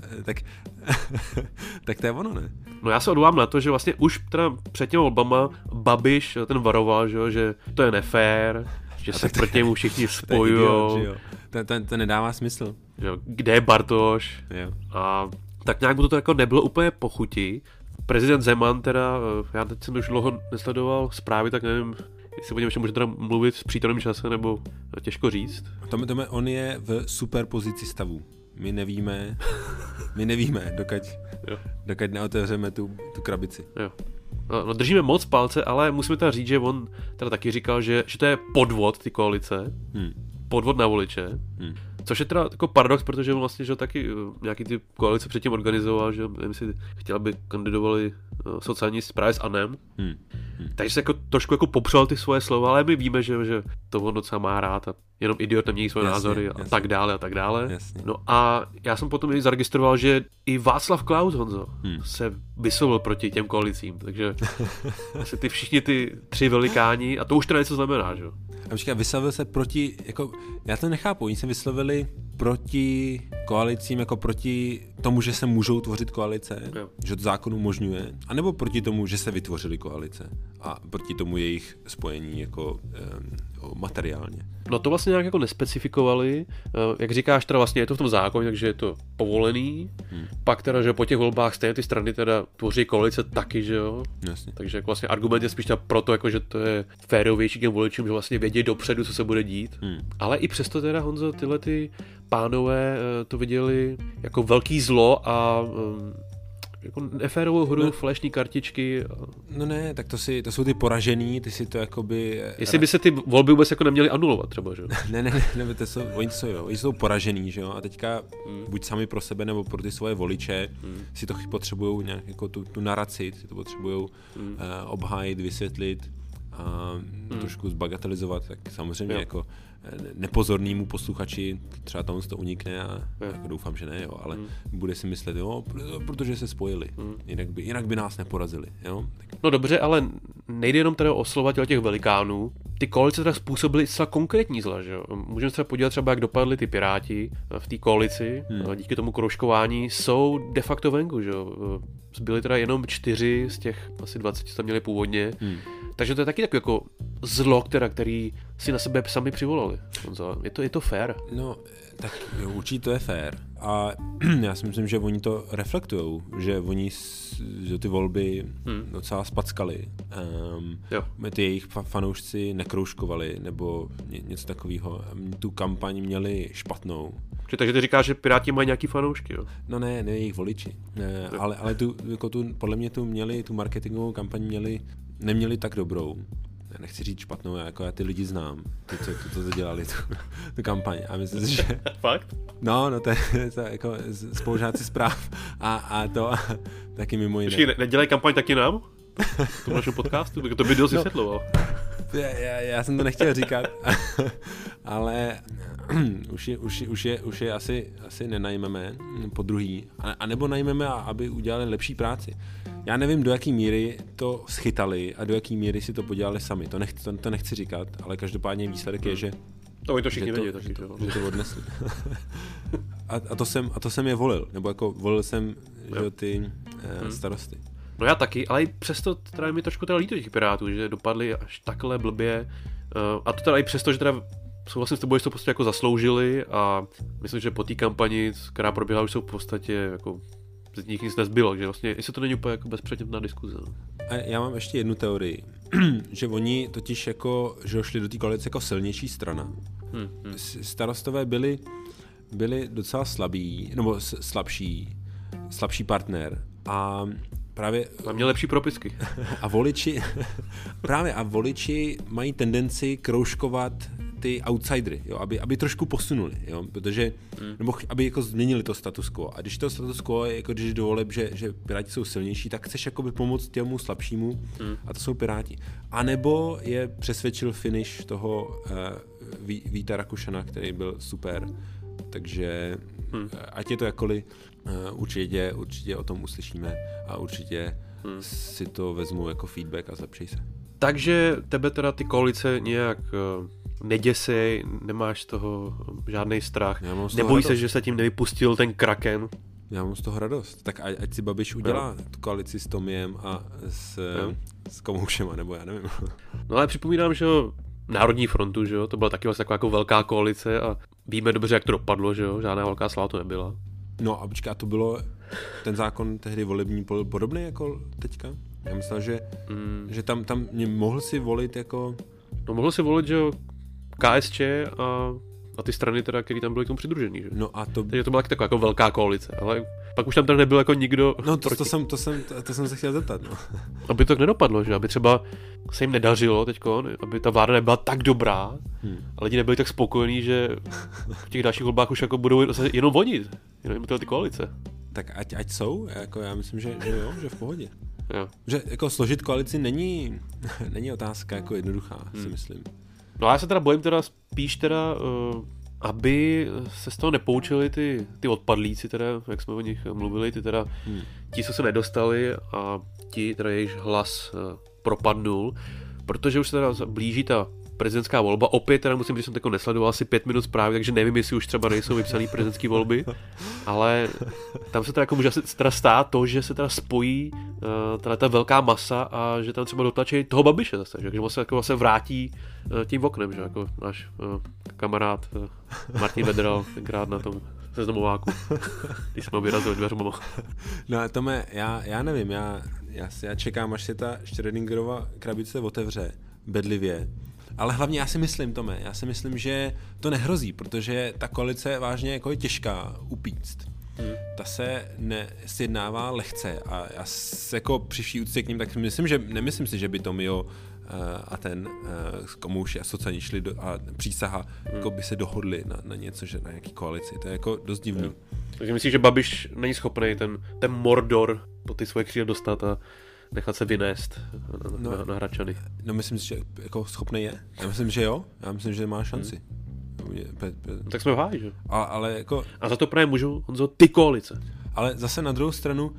tak to je ono, ne? No já se odvolám na to, že vlastně už teda před těmi volbama Babiš ten varoval, že to je nefér, že se proti němu všichni spojujou. To nedává smysl. Kde je Bartoš? Jo. A tak nějak mu to jako nebylo úplně po chuti. Prezident Zeman teda, já teď jsem už dlouho nesledoval zprávy, tak nevím, jestli o něm ještě může teda mluvit v přítomném čase, nebo těžko říct. Tome, on je v superpozici stavu. My nevíme, dokud neotevřeme tu krabici. Jo. No, držíme moc palce, ale musíme teda říct, že on teda taky říkal, že to je podvod, ty koalice. Podvod na voliče. Což je teda jako paradox, protože on vlastně, že taky nějaký ty koalice předtím organizoval, že nevím, jestli chtěl, aby kandidovali sociální právě s ANEM. Takže se jako trošku jako popřel ty svoje slova, ale my víme, že to on docela má rád a jenom idiot nemění svoje názory a tak dále a tak dále. Jasně. No a já jsem potom zaregistroval, že i Václav Klaus, Honzo, se vyslovil proti těm koalicím, takže asi všichni ty 3 velikáni, a to už teda něco znamená, že jo? A počkej, vyslovil se proti, jako, já to nechápu, oni se vyslovili proti koalicím, jako proti tomu, že se můžou tvořit koalice, jo. Že to zákon umožňuje, anebo proti tomu, že se vytvořily koalice a proti tomu jejich spojení jako materiálně. No to vlastně nějak jako nespecifikovali, jak říkáš, teda vlastně je to v tom zákoně, takže je to povolený, pak teda, že po těch volbách stejně ty strany teda tvoří koalice taky, že jo. Jasně. Takže jako vlastně argument je spíš teda proto, jako, že to je férovější těm voličům, že vlastně vědí dopředu, co se bude dít. Ale i přesto teda, Honzo, tyhle ty pánové to viděli jako velký zlo a jako neférovou hru, flashní kartičky. No ne, tak to jsou ty poražený, ty si to jakoby... Jestli by se ty volby vůbec jako neměly anulovat třeba, že jo? Ne, oni jsou poražený, že jo, a teďka buď sami pro sebe, nebo pro ty svoje voliče si to potřebujou nějak jako tu naraci, si to potřebujou obhájit, vysvětlit a trošku zbagatelizovat, tak samozřejmě jako nepozornému posluchači třeba tam to unikne a jako doufám, že ne, jo, ale bude si myslet, jo, protože se spojili, jinak by nás neporazili, jo. No dobře, ale nejde jenom teda o slova těch velikánů, ty koalice teda způsobily zcela konkrétní zla, že jo. Můžeme se podívat třeba, jak dopadli ty Piráti v té koalici, díky tomu kroužkování jsou de facto venku, že jo. Zbyly teda jenom 4 z těch asi 20, co tam měli původně. Takže to je taky takový jako zlo, který si na sebe sami přivolali. Je to fair? No, tak jo, určitě to je fair. A já si myslím, že oni to reflektujou, že oni že ty volby docela spackali. Ty jejich fanoušci nekroužkovali, nebo něco takového. Tu kampaň měli špatnou. Takže ty říkáš, že Piráti mají nějaký fanoušky, jo? No ne jejich voliči. Ale podle mě tu marketingovou kampaň neměli tak dobrou. Nechci říct špatnou, jako já ty lidi znám, co dělali tu kampaň. A myslím si, že... Fakt? No, to je jako spolužáci zpráv a to taky mimo jiné. Počkej, nedělají kampaň taky nám? V tom našem podcastu? To by dost vysvětloval. Já jsem to nechtěl říkat, ale už je asi nenajmeme po druhý, anebo najmeme, aby udělali lepší práci. Já nevím, do jaký míry to schytali a do jaký míry si to podělali sami. To nechci říkat, ale každopádně výsledek je, že to všichni vědí taky. Že to odnesli. a to jsem je volil, nebo jako volil jsem že ty starosty. No já taky, ale i přesto teda je mi trošku teda líto těch Pirátů, že dopadli až takhle blbě. A to teda i přesto, že teda souhlasím s tebou, že to prostě jako zasloužili a myslím, že po té kampani, která proběhla, už jsou v podstatě jako z nich nic nezbylo, že vlastně, jestli to není úplně jako bezpředmětná diskuze. A já mám ještě jednu teorii, že oni totiž jako, že šli do té koalice jako silnější strana. Starostové byli docela slabí, nebo slabší partner a právě... A měl lepší propisky. A voliči mají tendenci kroužkovat ty outsidery, jo, aby trošku posunuli, jo, protože, nebo aby jako změnili to status quo. A když to status quo je, jako když do voleb, že Piráti jsou silnější, tak chceš jakoby pomoct těmu slabšímu a to jsou Piráti. A nebo je přesvědčil finish toho Víta Rakušana, který byl super. Takže ať je to jakkoliv, určitě o tom uslyšíme a určitě si to vezmu jako feedback a zlepší se. Takže tebe teda ty koalice nějak neděsej, nemáš z toho žádný strach, nebojí se, že se tím nevypustil ten kraken? Já mám z toho radost. Tak ať si Babiš udělá tu koalici s Tomiem a s Komoušema, nebo já nevím. No ale připomínám, že Národní frontu, že jo, to byla taky vlastně taková jako velká koalice a víme dobře, jak to dopadlo, že jo, žádná velká sláva to nebyla. No a počkej, a to bylo, ten zákon tehdy volební podobný jako teďka? Já myslel, že tam mohl si volit jako... No mohl si volit, že jo, KSČ a a ty strany teda, které tam byly k tomu přidružený, že? No a to... Takže to byla taková jako velká koalice, ale pak už tam teda nebyl jako nikdo. No to jsem se chtěl zeptat, no. Aby to tak nedopadlo, že? Aby třeba se jim nedařilo teďko, aby ta vláda nebyla tak dobrá, a lidi nebyli tak spokojení, že v těch dalších volbách už jako budou jenom vonit, jenom ty koalice. Tak ať jsou, jako já myslím, že jo, že v pohodě. Jo. Že jako složit koalici není otázka jako jednoduchá, si myslím. No a já se teda bojím teda spíš teda, aby se z toho nepoučili ty odpadlíci teda, jak jsme o nich mluvili, ty teda ti, co se nedostali a ti teda jejichž hlas propadnul, protože už se teda blíží ta prezidentská volba. Opět teda musím říct, že jsem tako nesledoval asi 5 minut zprávy, takže nevím, jestli už třeba nejsou vypsané prezidentské volby, ale tam se teda jako může teda stát to, že se teda spojí ta velká masa a že tam třeba dotlačí toho Babiše zase, že se jako se vrátí tím oknem, že jako náš kamarád Martin Vedral tenkrát na tom seznamováku, když jsme ho vyrazili dveřma. No Tome, já nevím, já čekám, až se ta Schrödingerova krabice otevře bedlivě. Ale hlavně já si myslím, že to nehrozí, protože ta koalice vážně jako je těžká upíct. Ta se sjednává lehce a já se jako při vší úctě k ním, tak nemyslím si, že by Tomio a ten, komu už sociální šli a přísaha, jako by se dohodli na něco, že na nějaký koalici. To je jako dost divný. Takže myslíš, že Babiš není schopný ten Mordor po ty svoje křídla dostat a nechat se vynést na Hradčany? No myslím si, že jako schopný je. Já myslím, že jo. Já myslím, že má šanci. Tak jsme v háji, že? Ale jako... A za to právě můžou, Honzo, ty koalice. Ale zase na druhou stranu,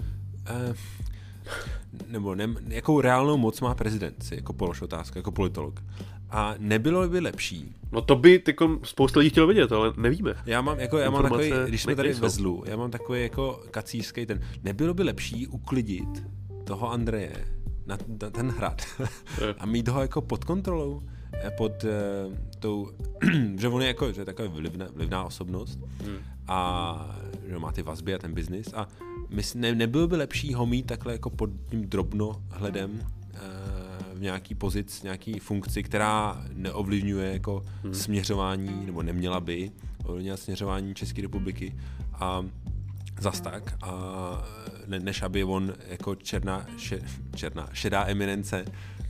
jakou reálnou moc má prezident, si jako polož otázka, jako politolog. A nebylo by lepší? No to by spousta lidí chtělo vidět, ale nevíme. Já mám takový, když jsme tady ve Zlu, já mám takový jako kacířský nebylo by lepší uklidit toho Andreje na ten hrad a mít ho jako pod kontrolou, pod tou, že on je jako, že je taková vlivná osobnost a že má ty vazby a ten biznis a nebylo by lepší ho mít takhle jako pod tím drobnohledem v nějaký pozici, nějaký funkci, která neovlivňuje jako směřování, nebo neměla by ovlivňovat směřování České republiky a zas tak a než aby on jako šedá eminence,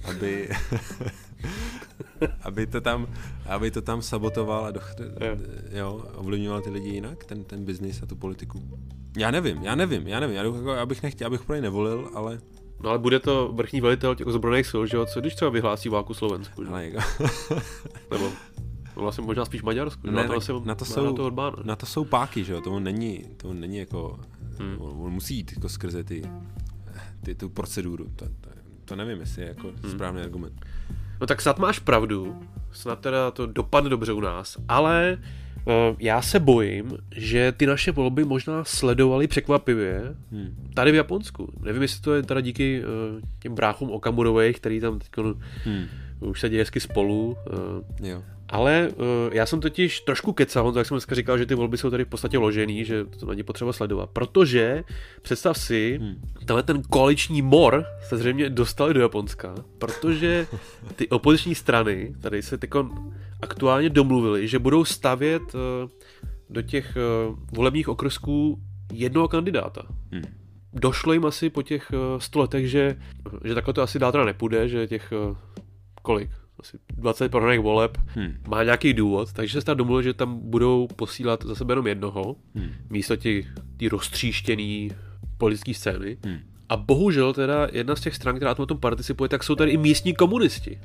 aby to tam sabotoval a ovlivňoval ty lidi jinak, ten biznis a tu politiku. Já nevím. Já bych nechtěl, abych pro něj nevolil, ale... No ale bude to vrchní velitel těch ozbrojených sil, že jo? Co když třeba vyhlásí válku Slovensku, že? Nebo vlastně možná spíš Maďarsku, ne, na to jsou páky, že jo? To není jako... On musí jít jako skrze tu proceduru. To nevím, jestli je jako správný argument. No tak snad máš pravdu, snad teda to dopadne dobře u nás, ale já se bojím, že ty naše volby možná sledovali překvapivě tady v Japonsku. Nevím, jestli to je teda díky těm bráchům Okamurových, který tam teď už se děje hezky spolu. Jo. Ale já jsem totiž trošku kecal, jak jsem dneska říkal, že ty volby jsou tady v podstatě ložený, že to není potřeba sledovat, protože představ si, tenhle ten koaliční mor se zřejmě dostali do Japonska, protože ty opoziční strany tady se aktuálně domluvili, že budou stavět do těch volebních okrsků jednoho kandidáta. Došlo jim asi po těch 100 letech, že takhle to asi dál teda nepůjde, že těch kolik? Asi 20 prohraných voleb má nějaký důvod, takže se tam domluvili, že tam budou posílat za sebe jenom jednoho, místo ty roztříštěný politické scény. A bohužel teda jedna z těch stran, která na tom participuje, tak jsou tady i místní komunisti.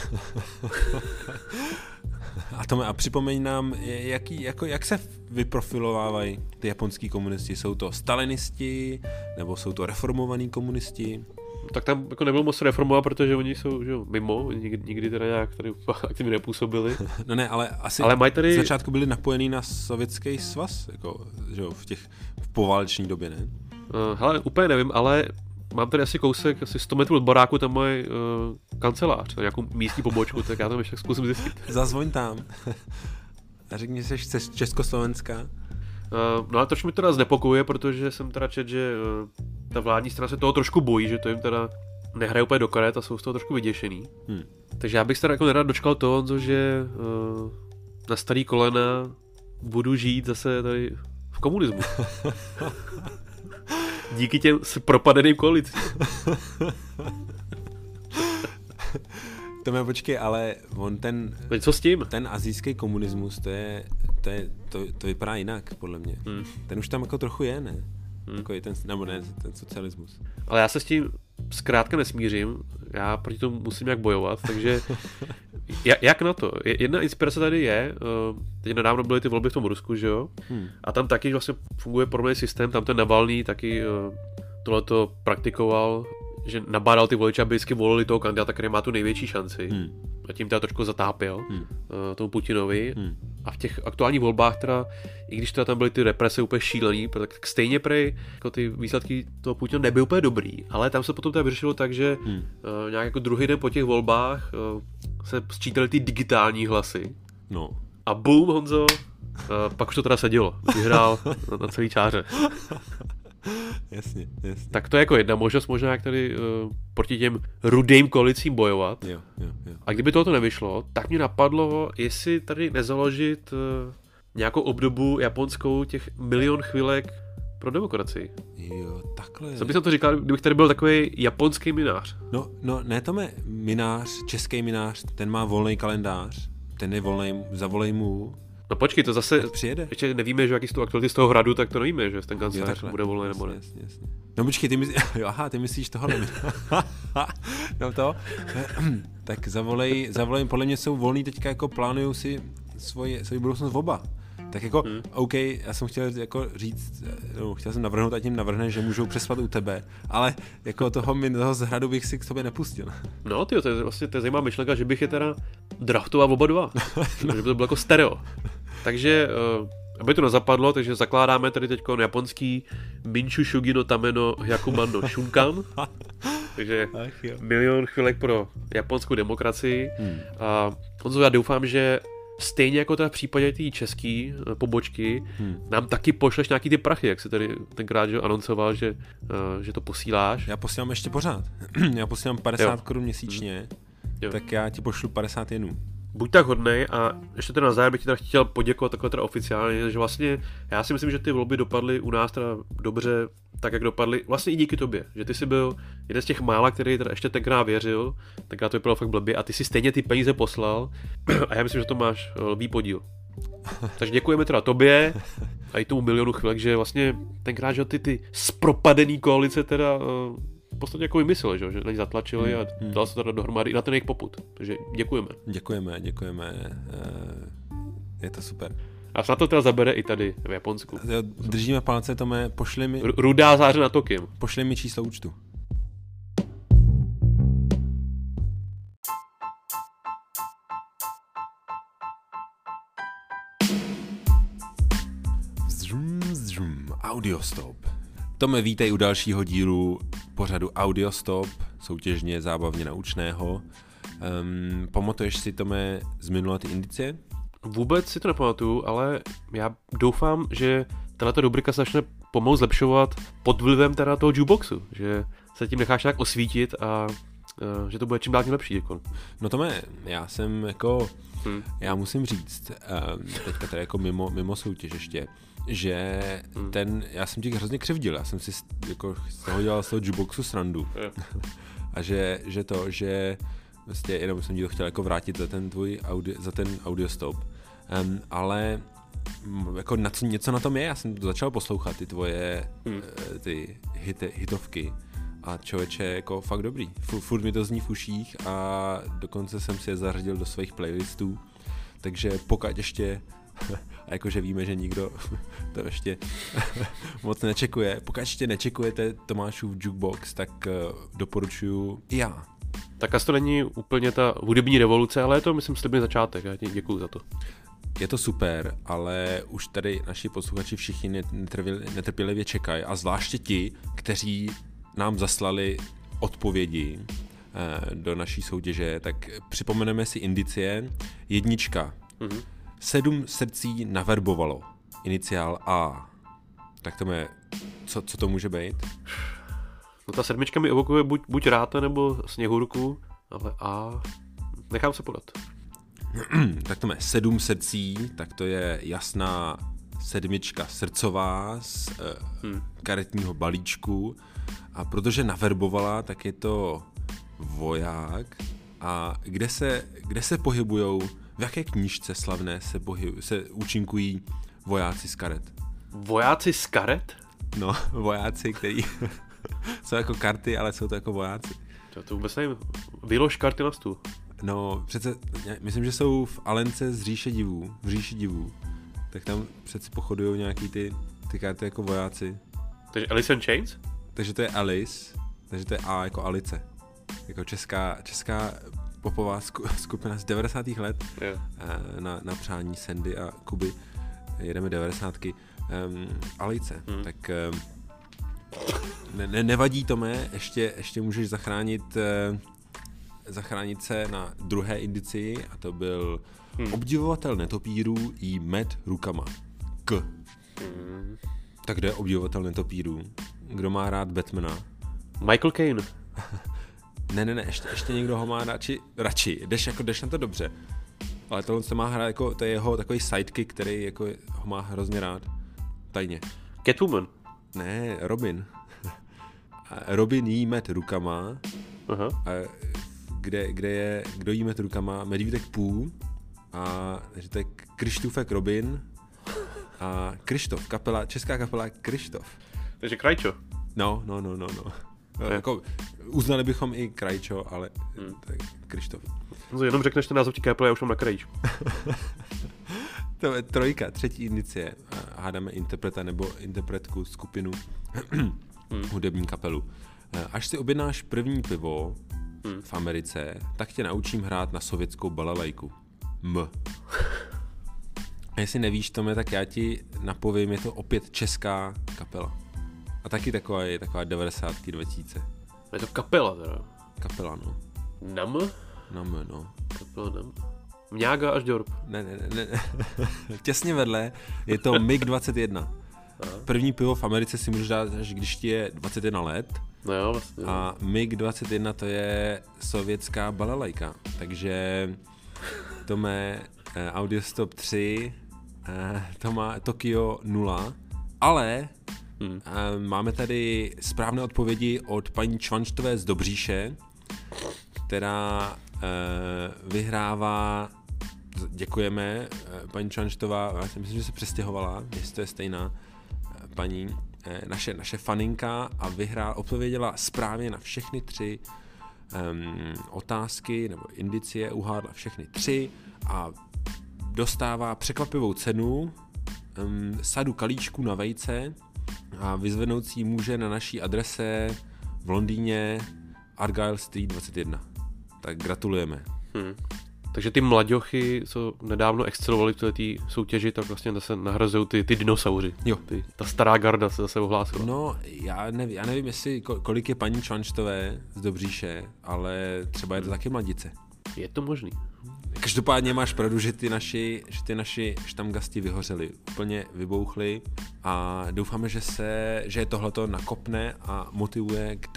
A připomeň nám, jak se vyprofilovávají ty japonský komunisti? Jsou to stalinisti, nebo jsou to reformovaní komunisti? Tak tam jako nebylo moc reformovat, protože oni jsou mimo, nikdy teda nějak tady aktivně nepůsobili. No ne, ale asi mají tady... v začátku byli napojení na Sovětský svaz, jako, že jo, v pováleční době, ne? Hele, úplně nevím, ale mám tady asi kousek, asi 100 metrů od baráku, tam mají kancelář, nějakou místní pobočku, tak já tam ještě zkusím zjistit. Zazvoň tam. A řekni, že jsi Československá. No a trošku mi teda znepokojuje, protože jsem teda čet, že ta vládní strana se toho trošku bojí, že to jim teda nehraje úplně do karet a jsou z toho trošku vyděšený. Takže já bych se teda jako nerad dočkal toho, že na starý kolena budu žít zase tady v komunismu. Díky těm propadeným koalicím. Tome, počkej, ale on co s tím? Ten asijský komunismus, to vypadá jinak, podle mě. Ten už tam jako trochu je, ne? Jako ten socialismus. Ale já se s tím zkrátka nesmířím, já proti tomu musím nějak bojovat, takže jak na to? Jedna inspirace tady je, teď nedávno byly ty volby v tom Rusku, že jo? A tam taky vlastně funguje podobný systém, tam ten Navalný taky tohleto praktikoval, že nabádal ty voliče, aby vždycky volili toho kandidáta, který má tu největší šanci. A tím teda trošku zatápěl tomu Putinovi. A v těch aktuálních volbách teda, i když teda tam byly ty represe úplně šílený, tak stejně prej, jako ty výsledky toho Putina nebyly úplně dobrý, ale tam se potom teda vyřešilo tak, že nějak jako druhý den po těch volbách se sčítaly ty digitální hlasy. No. A boom, Honzo, pak už to teda sedělo. Vyhrál na celý čáře. Jasně. Tak to je jako jedna možnost, možná jak tady proti těm rudým koalicím bojovat. Jo. A kdyby tohoto nevyšlo, tak mě napadlo, jestli tady nezaložit nějakou obdobu japonskou těch 1 milion chvilek pro demokracii. Jo, takhle. Co bych to říkal, kdybych tady byl takový japonský minář? No, ne, Tome, minář, český minář, ten má volný kalendář, ten je volný, zavolej mu. No počkej, to zase, přijede. Ještě nevíme, že jaký jsou aktuality z toho hradu, tak to nevíme, že ten kancléř bude volný nebo ne. Jasně. No počkej, ty myslíš tohle. No to, tak zavolej, podle mě jsou volný teďka, jako plánujou si svoji budoucnost oba. Tak jako, OK, já jsem chtěl jako říct, chtěl jsem navrhnout, ať jim navrhne, že můžou přespat u tebe, ale jako toho z hradu bych si k tobě nepustil. No tyjo, to je vlastně zajímavá myšlenka, že bych je teda draftoval oba dva, že by to bylo jako stereo. Takže, aby to nezapadlo, takže zakládáme tady teď japonský Minchu Shugi no Tame no Hyakuman no Shunkan. Takže 1 milion chvilek pro japonskou demokracii. A Honzo, já doufám, že stejně jako teda v případě té české pobočky, nám taky pošleš nějaký ty prachy, jak se tady tenkrát anoncoval, že to posíláš. Já posílám ještě pořád. Já posílám 50 korun měsíčně, tak já ti pošlu 50 jenů. Buď tak hodnej a ještě teda na závěr bych ti teda chtěl poděkovat takhle teda oficiálně, že vlastně já si myslím, že ty volby dopadly u nás teda dobře, tak jak dopadly, vlastně i díky tobě, že ty jsi byl jeden z těch mála, který teda ještě tenkrát věřil, tenkrát to vypadalo fakt blbě a ty si stejně ty peníze poslal a já myslím, že to máš lvý podíl. Takže děkujeme teda tobě a i tomu 1 milionu chvilek, že vlastně tenkrát, že ty zpropadený koalice teda v podstatě jako vymysleli, že na ně zatlačili a dal se teda dohromady i na ten jejich popud. Takže děkujeme. Děkujeme. Je to super. A snad to teda zabere i tady v Japonsku. Držíme palce, Tome, pošli mi... Rudá záře na Tokiem. Pošli mi číslo účtu. Audiostop. Tome, vítej u dalšího dílu pořadu Audiostop, soutěžně zábavně naučného. Pamatuješ si, Tome, z minulé ty indicie? Vůbec si to nepamatuju, ale já doufám, že tato rubrika se začne pomalu zlepšovat pod vlivem teda toho jukeboxu, že se tím necháš nějak osvítit a že to bude čím dál tím lepší. Jako. No Tome, já jsem jako, já musím říct, teďka tady jako mimo soutěž ještě, že já jsem ti hrozně křivdil, já jsem si jako z toho dělal z toho jukeboxu srandu. A že vlastně jenom jsem ti to chtěl jako vrátit za ten audiostop. Ale jako něco na tom je, já jsem začal poslouchat ty tvoje ty hitovky a člověče, jako fakt dobrý. Furt mi to zní v uších a dokonce jsem si je zařadil do svých playlistů, takže pokud ještě a jakože víme, že nikdo to ještě moc nečekuje. Pokud ještě nečekujete Tomášův jukebox, tak doporučuji i já. Tak asi to není úplně ta hudební revoluce, ale je to, myslím, slibný začátek. Já ti děkuju za to. Je to super, ale už tady naši posluchači všichni netrpělivě čekají a zvláště ti, kteří nám zaslali odpovědi do naší soutěže, tak připomeneme si indicie. 1. 7 srdcí naverbovalo. Iniciál A. Tak to je, co to může být? No ta 7 mi evokuje buď Ráta nebo Sněhurku, ale A. Nechám se podat. Tak to má 7 srdcí, tak to je jasná 7 srdcová z karetního balíčku. A protože naverbovala, tak je to voják. A kde se pohybujou, v jaké knížce slavné se účinkují vojáci z karet? Vojáci z karet? No, vojáci, kteří jsou jako karty, ale jsou to jako vojáci. To vůbec nevím. Vylož karty na stůl. No, přece, myslím, že jsou v Alence v říši divů. Tak tam přeci pochodují nějaký ty karty jako vojáci. Takže Alice in Chains? Takže to je Alice, takže to je A jako Alice. Jako česká popová skupina z 90. let na přání Sandy a Kuby. Jedeme 90. Alice. Tak nevadí, Tome, ještě můžeš zachránit se na druhé indici a to byl obdivovatel netopírů jí met rukama. Tak kdo je obdivovatel netopírů? Kdo má rád Batmana? Michael Caine. Ne, ještě někdo ho má radši. Jdeš na to dobře. Ale tohle se má hrát jako, to je jeho takový sidekick, který jako ho má hrozně rád. Tajně. Catwoman. Ne, Robin. Robin jí met rukama. Aha. A kdo jí met rukama? Medvídek Půl. A takže to je Krištůfek Robin. A Krištof, česká kapela Krištof. Takže Krajčo. No. Jako, uznali bychom i Krajčo, ale tak Krištof. No, jenom řekneš ten název kapely, já už mám na Krajču. To je 3, 3. indicie. Hádáme interpreta nebo interpretku, skupinu, hudební kapelu. Až si objednáš první pivo v Americe, tak tě naučím hrát na sovětskou balalajku. A jestli nevíš, Tome, tak já ti napovím, je to opět česká kapela. A taky taková 90. 2000. Je to kapela teda. Kapela, no. Nam, no. Kapela Nam. Mňága až Dorp. Ne. Těsně vedle je to MiG-21. První pivo v Americe si můžeš dát, až když ti je 21 let. No jo, vlastně. A MiG-21 to je sovětská balalajka. Takže to má Audiostop 3, to má Tokio 0, ale máme tady správné odpovědi od paní Čvanštové z Dobříše, která vyhrává, děkujeme, paní Čvanštová, já si myslím, že se přestěhovala, jestli to je stejná paní, naše faninka a odpověděla správně na všechny 3 otázky nebo indicie, uhádla všechny 3 a dostává překvapivou cenu sadu kalíčků na vejce a vyzvednout si může na naší adrese v Londýně Argyle Street 21. Tak gratulujeme. Takže ty mlaďochy, co nedávno excelovali v této soutěži, tak vlastně zase nahrazují ty dinosauři. Jo. Ta stará garda se zase ohlásila. No, já nevím, jestli kolik je paní Čvanštové z Dobříše, ale třeba je to taky mladice. Je to možný. Každopádně máš pravdu, že ty naši štamgasti vyhořeli, úplně vybouchli a doufáme, že je tohleto nakopne a motivuje k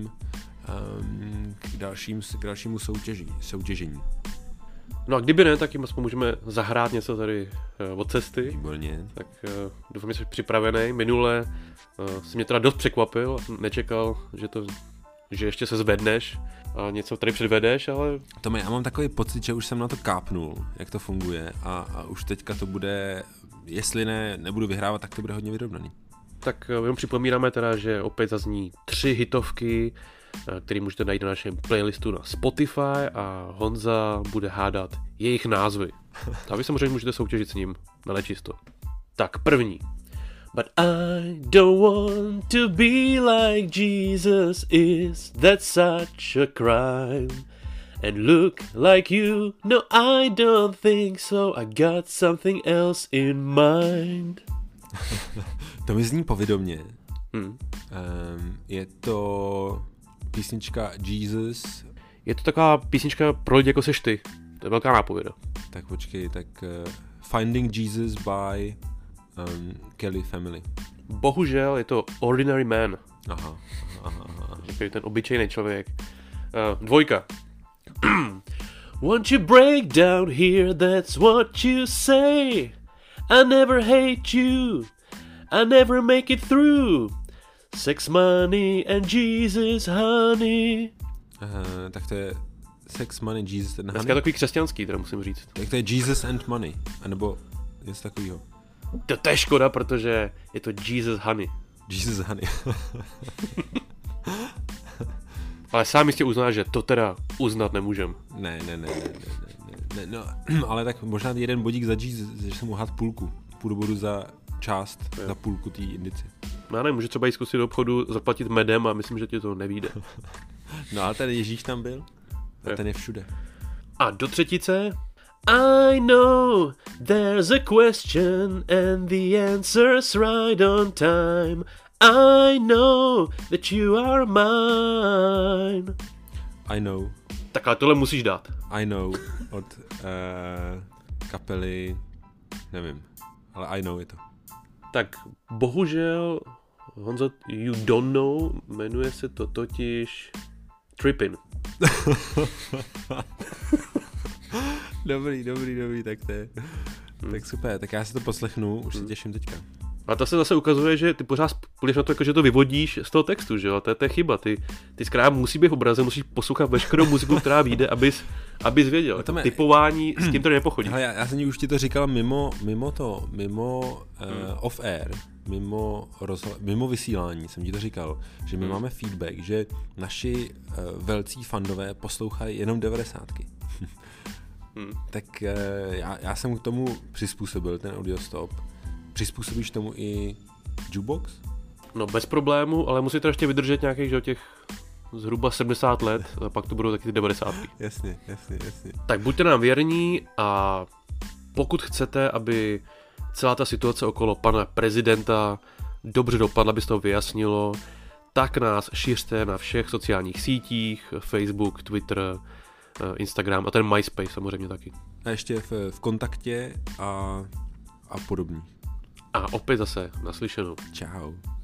dalšímu soutěžení. No a kdyby ne, tak jim aspoň můžeme zahrát něco tady od cesty. Výborně. Tak doufám, že jsi připravený. Minule jsi mě teda dost překvapil, nečekal, že ještě se zvedneš a něco tady předvedeš, ale... Tome, já mám takový pocit, že už jsem na to kápnul, jak to funguje a už teďka to bude, jestli nebudu vyhrávat, tak to bude hodně vyrovnaný. Tak jenom připomínáme teda, že opět zazní 3 hitovky, který můžete najít na našem playlistu na Spotify a Honza bude hádat jejich názvy. A vy samozřejmě můžete soutěžit s ním na nečisto. Tak první. But I don't want to be like Jesus is, that's such a crime. And look like you, no I don't think so, I got something else in mind. To mi zní povědomně. Je to písnička Jesus. Je to taková písnička pro lidi jako seš ty. To je velká nápověda. Tak počkej, Finding Jesus by Kelly Family. Bohužel je to Ordinary Man. Aha. Ten obyčejný člověk. 2. Won't you break down here, that's what you say. I never hate you, I never make it through. Sex, money and Jesus, honey. Tak to je Sex, money, Jesus and honey. Dneska je takový křesťanský, teda musím říct. Tak to je Jesus and money, anebo něco takovýho. To je škoda, protože je to Jesus, honey. Jesus, honey. Ale sám jistě uznáš, že to teda uznat nemůžem. Ne, no, ale tak možná jeden bodík za Jesus, že jsem uhad půlku. Půl bodu za část, za půlku té indici. No ne, může třeba jít zkusit do obchodu zaplatit medem a myslím, že ti to nevyjde. No ale ten Ježíš tam byl a ten je všude. A do třetice. I know there's a question and the answer's right on time. I know that you are mine. I know. Tak ale tohle musíš dát. I know od kapely, nevím, ale I know je to. Tak bohužel, Honzo, you don't know, jmenuje se to totiž Trippin. Dobrý, tak to je. Tak super, tak já si to poslechnu, už se těším teďka. A to se zase ukazuje, že ty pořád půjdeš na to, jako, že to vyvodíš z toho textu, že jo? To je chyba. Ty zkrátka musí být v obraze, musíš poslouchat veškerou muziku, která vyjde, abys věděl. Typování s tím to nepochodí. Hele, já jsem už ti to říkal mimo off-air, mimo vysílání jsem ti to říkal, že my máme feedback, že naši velcí fandové poslouchají jenom 90. Tak já jsem k tomu přizpůsobil ten audiostop. Přizpůsobíš tomu i jukebox? No bez problému, ale musíte ještě vydržet nějakých, že těch zhruba 70 let, a pak to budou taky ty 90. Jasně. Tak buďte nám věrní a pokud chcete, aby celá ta situace okolo pana prezidenta dobře dopadla, aby se to vyjasnilo, tak nás šířte na všech sociálních sítích, Facebook, Twitter, Instagram a ten MySpace samozřejmě taky. A ještě v kontaktě a podobně. A opět zase naslyšenou. Čau.